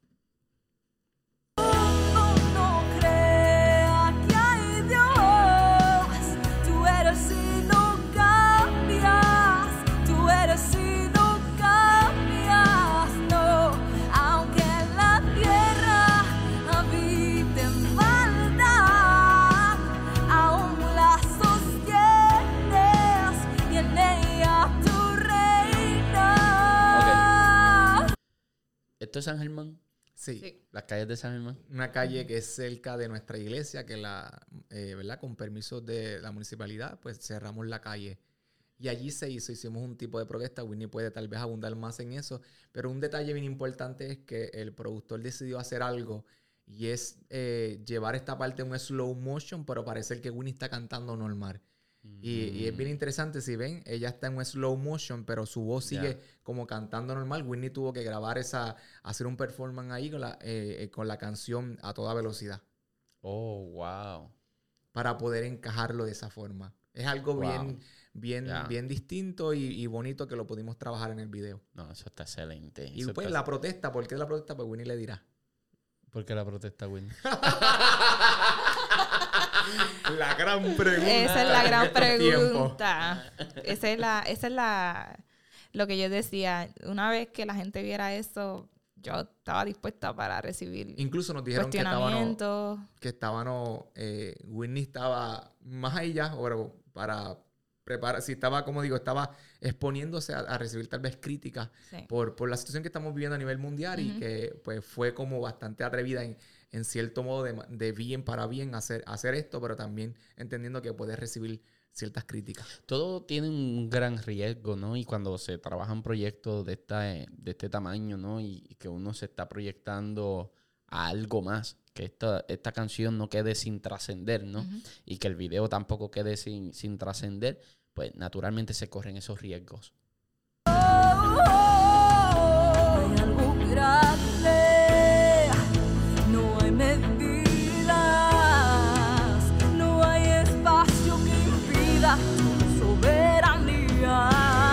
No crea que hay Dios, tú eres y no cambias, tú eres y no cambias, no, aunque la tierra habite en maldad, aún la sostienes y en ella tú reinas. ¿Esto es San Germán? Sí. Sí. ¿Las calles de San Germán? Una calle que es cerca de nuestra iglesia, que la, eh, ¿verdad? Con permiso de la municipalidad, pues cerramos la calle. Y allí se hizo, hicimos un tipo de protesta. Whitney puede tal vez abundar más en eso. Pero un detalle bien importante es que el productor decidió hacer algo y es eh, llevar esta parte en un slow motion, pero parecer que Whitney está cantando normal. Y, y es bien interesante, si ven, ella está en un slow motion, pero su voz sigue Yeah. como cantando normal. Whitney tuvo que grabar esa, hacer un performance ahí con la, eh, eh, con la canción a toda velocidad Oh, wow. para poder encajarlo de esa forma. Es algo Wow. bien, bien, Yeah. bien distinto y, y bonito que lo pudimos trabajar en el video. No, eso está excelente. Y Eso pues está- la protesta, ¿por qué la protesta? Pues Whitney le dirá. ¿Por qué la protesta, Whitney? La gran pregunta. Esa es la en gran estos tiempos. pregunta. Esa es la, esa es la, lo que yo decía. Una vez que la gente viera eso, yo estaba dispuesta para recibir Incluso nos dijeron que estaban, cuestionamientos. que estaban, eh, Whitney estaba más allá, o para preparar, si estaba, como digo, estaba exponiéndose a, a recibir tal vez críticas Sí. por, por la situación que estamos viviendo a nivel mundial y Ujú. que pues fue como bastante atrevida en, en cierto modo de, de bien para bien hacer, hacer esto, pero también entendiendo que puede recibir ciertas críticas. Todo tiene un gran riesgo, ¿no? Y cuando se trabajan proyectos de, esta, de este tamaño, ¿no? Y, y que uno se está proyectando a algo más, que esta, esta canción no quede sin trascender, ¿no? Ujú. Y que el video tampoco quede sin, sin trascender, pues naturalmente se corren esos riesgos. Hay algo grande, no hay medidas, no hay espacio que impida tu soberanía,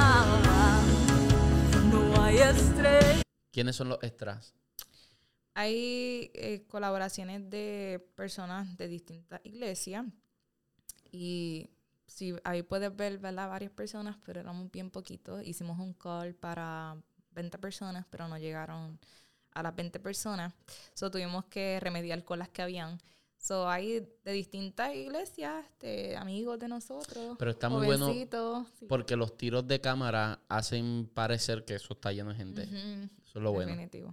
no hay estrella. ¿Quiénes son los extras? Hay eh, colaboraciones de personas de distintas iglesias y sí, ahí puedes ver, ¿verdad? Varias personas, pero éramos bien poquitos. Hicimos un call para veinte personas, pero no llegaron a las veinte personas. So, tuvimos que remediar con las que habían. So, hay de distintas iglesias, de amigos de nosotros, Pero está muy bueno jovencitos, sí. porque los tiros de cámara hacen parecer que eso está lleno de gente. Ujú, Eso es lo bueno. definitivo.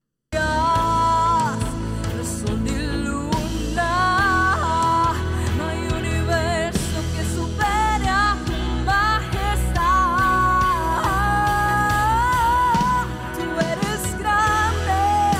No sol ni luna, no hay universo que supere a tu majestad. Tú eres grande,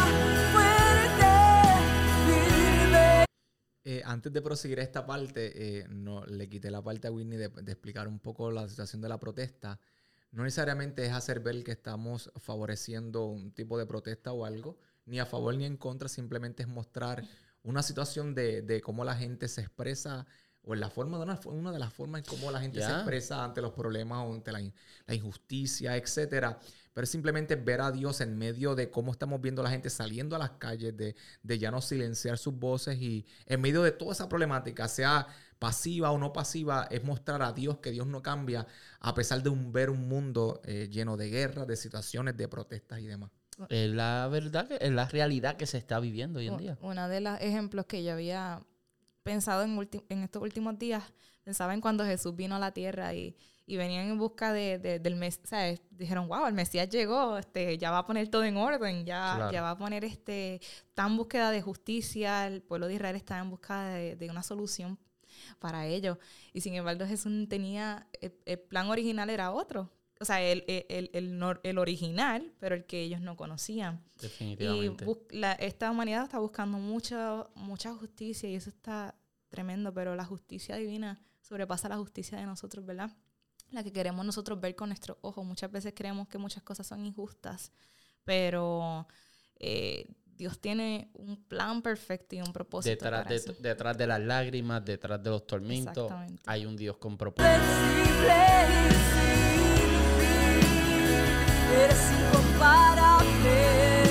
fuerte, firme. Eh, antes de proseguir a esta parte, eh, no, le quité la parte a Whitney de, de explicar un poco la situación de la protesta. No necesariamente es hacer ver que estamos favoreciendo un tipo de protesta o algo, ni a favor ni en contra, simplemente es mostrar una situación de, de cómo la gente se expresa, o en la forma de una, una de las formas en cómo la gente se Ya. expresa ante los problemas o ante la, in- la injusticia, etcétera. Pero es simplemente ver a Dios en medio de cómo estamos viendo a la gente saliendo a las calles, de, de ya no silenciar sus voces, y en medio de toda esa problemática, sea pasiva o no pasiva, es mostrar a Dios que Dios no cambia a pesar de un, ver un mundo eh, lleno de guerras, de situaciones, de protestas y demás. Es la verdad, que es la realidad que se está viviendo hoy en día. Uno de los ejemplos que yo había pensado en, ulti- en estos últimos días, pensaba en cuando Jesús vino a la tierra y, y venían en busca de, de, del Mesías, ¿sabes? Dijeron, wow, el Mesías llegó, este, ya va a poner todo en orden, ya, Claro. ya va a poner, este, está en búsqueda de justicia, el pueblo de Israel está en busca de, de una solución para ellos. Y sin embargo Jesús tenía, el, el plan original era otro. O sea, el, el, el, el, nor- el original, pero el que ellos no conocían. Y Definitivamente. bus- la, esta humanidad está buscando mucha, mucha justicia y eso está tremendo, pero la justicia divina sobrepasa la justicia de nosotros, ¿verdad? La que queremos nosotros ver con nuestros ojos. Muchas veces creemos que muchas cosas son injustas, pero eh, Dios tiene un plan perfecto y un propósito Detrás para de, eso. detrás de las lágrimas, detrás de los tormentos, Exactamente. hay un Dios con propósito. Invencible y sin fin, eres incomparable,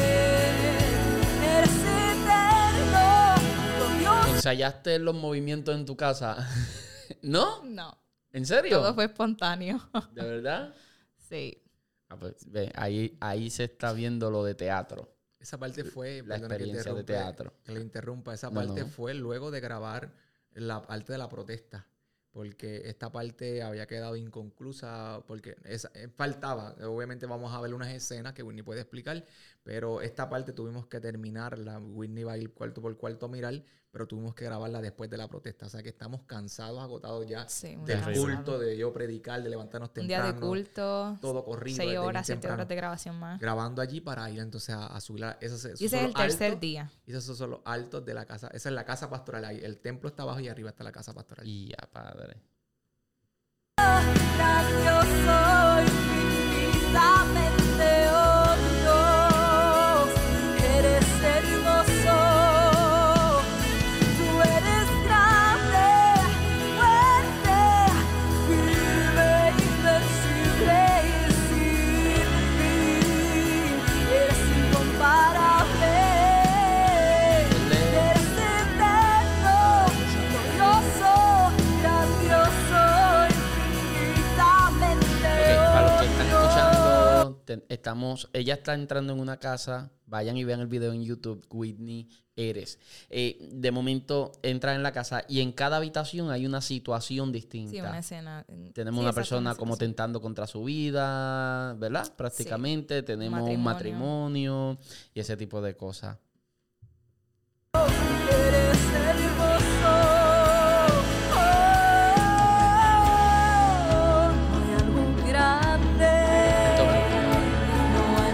eres eterno, glorioso. ¿Ensayaste los movimientos en tu casa? ¿No? No, ¿En serio? todo fue espontáneo. ¿De verdad? Sí. Ah, pues, ve, ahí, ahí se está viendo lo de teatro. Esa parte fue, La perdona que experiencia de interrumpe- teatro. que le interrumpa, esa No, parte no. fue luego de grabar la parte de la protesta, porque esta parte había quedado inconclusa, porque esa, eh, faltaba, obviamente vamos a ver unas escenas que Whitney puede explicar, pero esta parte tuvimos que terminarla, Whitney va a ir cuarto por cuarto a mirar, pero tuvimos que grabarla después de la protesta, o sea que estamos cansados, agotados ya Sí, muy del cansado. culto, de yo predicar, de levantarnos Un día temprano, de culto, todo corrido, seis desde bien horas, siete temprano, horas de grabación más. grabando allí para ir entonces a, a subir a esos, esos Y ese son es el los tercer altos, día. y esos son los altos de la casa. Esa es la casa pastoral ahí. El templo está abajo y arriba está la casa pastoral. Y ya, padre. Grandioso, infinitamente, oh Dios, eres hermoso, tú eres grande, fuerte, firme, invencible y sin fin, eres incomparable, eres eterno, glorioso, grandioso, infinitamente, Ok, para los que oh están Dios. escuchando, te- estamos, ella está entrando en una casa, vayan y vean el video en YouTube, Whitney Eres. Eh, de momento entra en la casa y en cada habitación hay una situación distinta. Sí, una escena. mm, Tenemos sí, una exacto, persona una como situación. tentando contra su vida, ¿verdad? Prácticamente. Tenemos un matrimonio. matrimonio y ese tipo de cosas. Eres hermoso, oh, no hay algo grande, no hay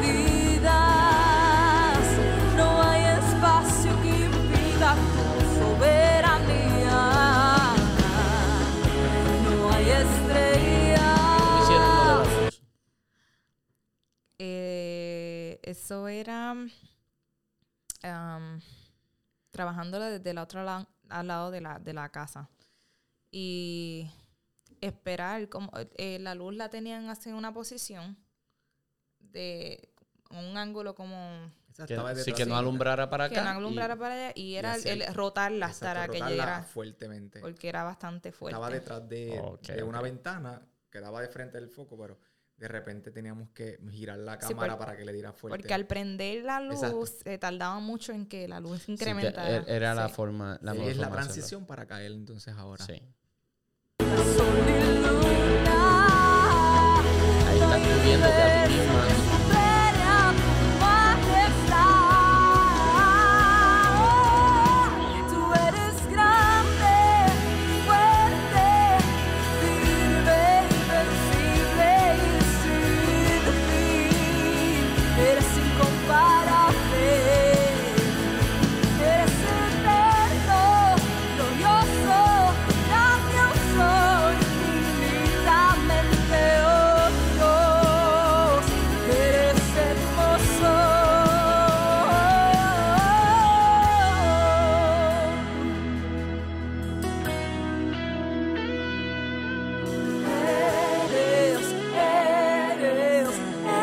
medidas, no hay espacio que impida tu soberanía, no hay ¿Cómo hicieron lo de la estrellas. luz? Eh, eso era um, trabajándola desde el otro lado, al lado de la, de la casa. Y esperar, como eh, la luz la tenían así en una posición de un ángulo como Esa Que, estaba sí, detrás que no de- alumbrara para que acá. no alumbrara y- para allá y era hacia el, el- rotarla exacto, hasta que rotarla llegara, fuertemente. porque era bastante fuerte. Estaba detrás de, Ok, de una ok. ventana que daba de frente del foco, pero de repente teníamos que girar la Sí, cámara por- para que le diera fuerte. Porque al prender la luz Exacto. se tardaba mucho en que la luz sí, que incrementara. er- era la Sí. forma, la Sí, mejor es la forma de hacerlo. transición para caer entonces ahora. Sí. Sol y luna, Ahí no estás tú viéndote a ti misma. supere a tu majestad. Tú eres grande, fuerte, firme, invencible y sin fin. Eres incomparable. Eres eterno, glorioso, grandioso, infinitamente, oh Dios, eres hermoso. Eres, eres,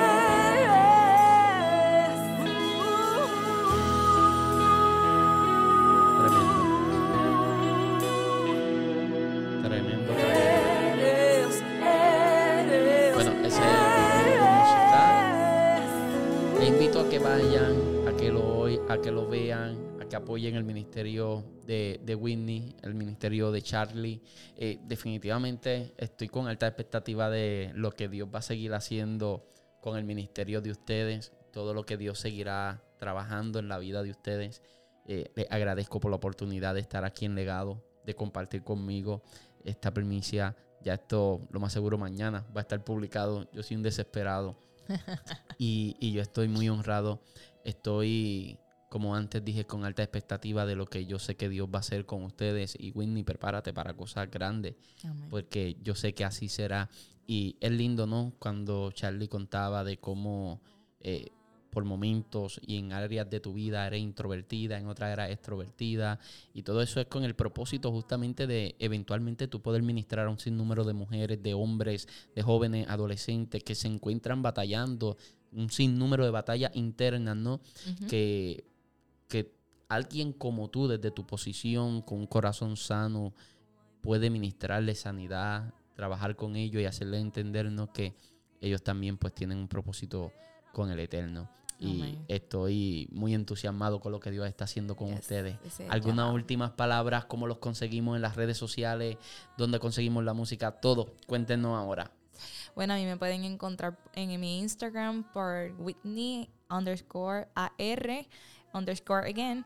Tremendo. Tremendo, tremendo. eres, eres, Bueno, ese es el video musical. Les invito a que vayan, a que lo oy- a que lo vean, a para que apoyen el ministerio de, de Whitney, el ministerio de Charlie. Eh, definitivamente estoy con alta expectativa de lo que Dios va a seguir haciendo con el ministerio de ustedes, todo lo que Dios seguirá trabajando en la vida de ustedes. Eh, les agradezco por la oportunidad de estar aquí en Legado, de compartir conmigo esta primicia. Ya esto, lo más seguro, mañana va a estar publicado. Yo soy un desesperado y, y yo estoy muy honrado. Estoy, como antes dije, con alta expectativa de lo que yo sé que Dios va a hacer con ustedes. Y Whitney, prepárate para cosas grandes. Amén. Porque yo sé que así será. Y es lindo, ¿no? Cuando Charlie contaba de cómo eh, por momentos y en áreas de tu vida eres introvertida, en otras eras extrovertida. Y todo eso es con el propósito justamente de eventualmente tú poder ministrar a un sinnúmero de mujeres, de hombres, de jóvenes, adolescentes que se encuentran batallando, un sinnúmero de batallas internas, ¿no? Uh-huh. Que, que alguien como tú, desde tu posición, con un corazón sano, puede ministrarle sanidad, trabajar con ellos y hacerles entender, ¿no?, que ellos también pues tienen un propósito con el Eterno. Y Amén. Estoy muy entusiasmado con lo que Dios está haciendo con yes, ustedes. ¿Algunas últimas palabras? ¿Cómo los conseguimos en las redes sociales? ¿Dónde conseguimos la música? Todo. Cuéntenos ahora. Bueno, a mí me pueden encontrar en mi Instagram por Whitney underscore AR underscore again.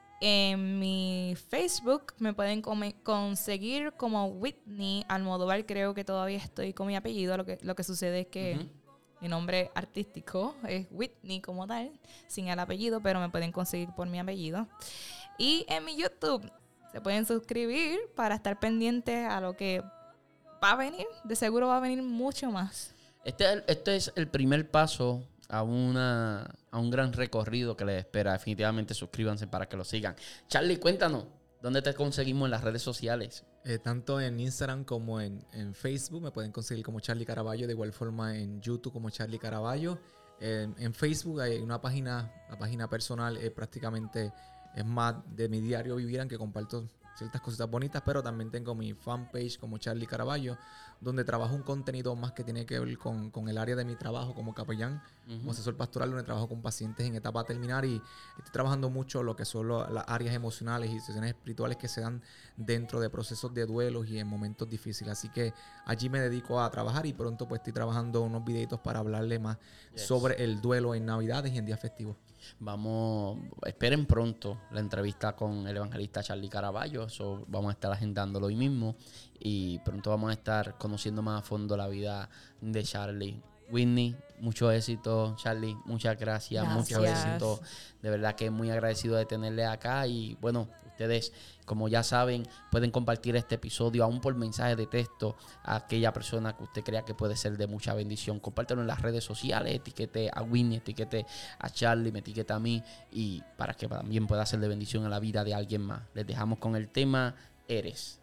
En mi Facebook me pueden come- conseguir como Whitney Almodóvar. Creo que todavía estoy con mi apellido. Lo que, lo que sucede es que uh-huh. mi nombre artístico es Whitney como tal, sin el apellido, pero me pueden conseguir por mi apellido. Y en mi YouTube se pueden suscribir para estar pendientes a lo que va a venir. De seguro va a venir mucho más. Este, este es el primer paso a, una, a un gran recorrido que les espera. Definitivamente suscríbanse para que lo sigan. Charlie, cuéntanos, ¿dónde te conseguimos en las redes sociales? Eh, tanto en Instagram como en, en Facebook me pueden conseguir como Charlie Caraballo. De igual forma en YouTube como Charlie Caraballo. En, en Facebook hay una página, la página personal es prácticamente es más de mi diario vivir, aunque comparto ciertas cositas bonitas, pero también tengo mi fanpage como Charlie Caraballo, donde trabajo un contenido más que tiene que ver con, con el área de mi trabajo como capellán, uh-huh. como asesor pastoral, donde trabajo con pacientes en etapa terminal y estoy trabajando mucho lo que son lo, las áreas emocionales y situaciones espirituales que se dan dentro de procesos de duelos y en momentos difíciles. Así que allí me dedico a trabajar y pronto pues estoy trabajando unos videitos para hablarle más yes. sobre el duelo en Navidades y en días festivos. Vamos, esperen pronto la entrevista con el evangelista Charlie Caraballo. Eso vamos a estar agendándolo hoy mismo y pronto vamos a estar conociendo más a fondo la vida de Charlie. Whitney, mucho éxito. Charlie, muchas gracias, gracias. Mucho éxito. De verdad que muy agradecido de tenerle acá y bueno, ustedes, como ya saben, pueden compartir este episodio aún por mensaje de texto a aquella persona que usted crea que puede ser de mucha bendición. Compártelo en las redes sociales, etiquete a Whitney, etiquete a Charlie, me etiqueta a mí y para que también pueda ser de bendición a la vida de alguien más. Les dejamos con el tema Eres.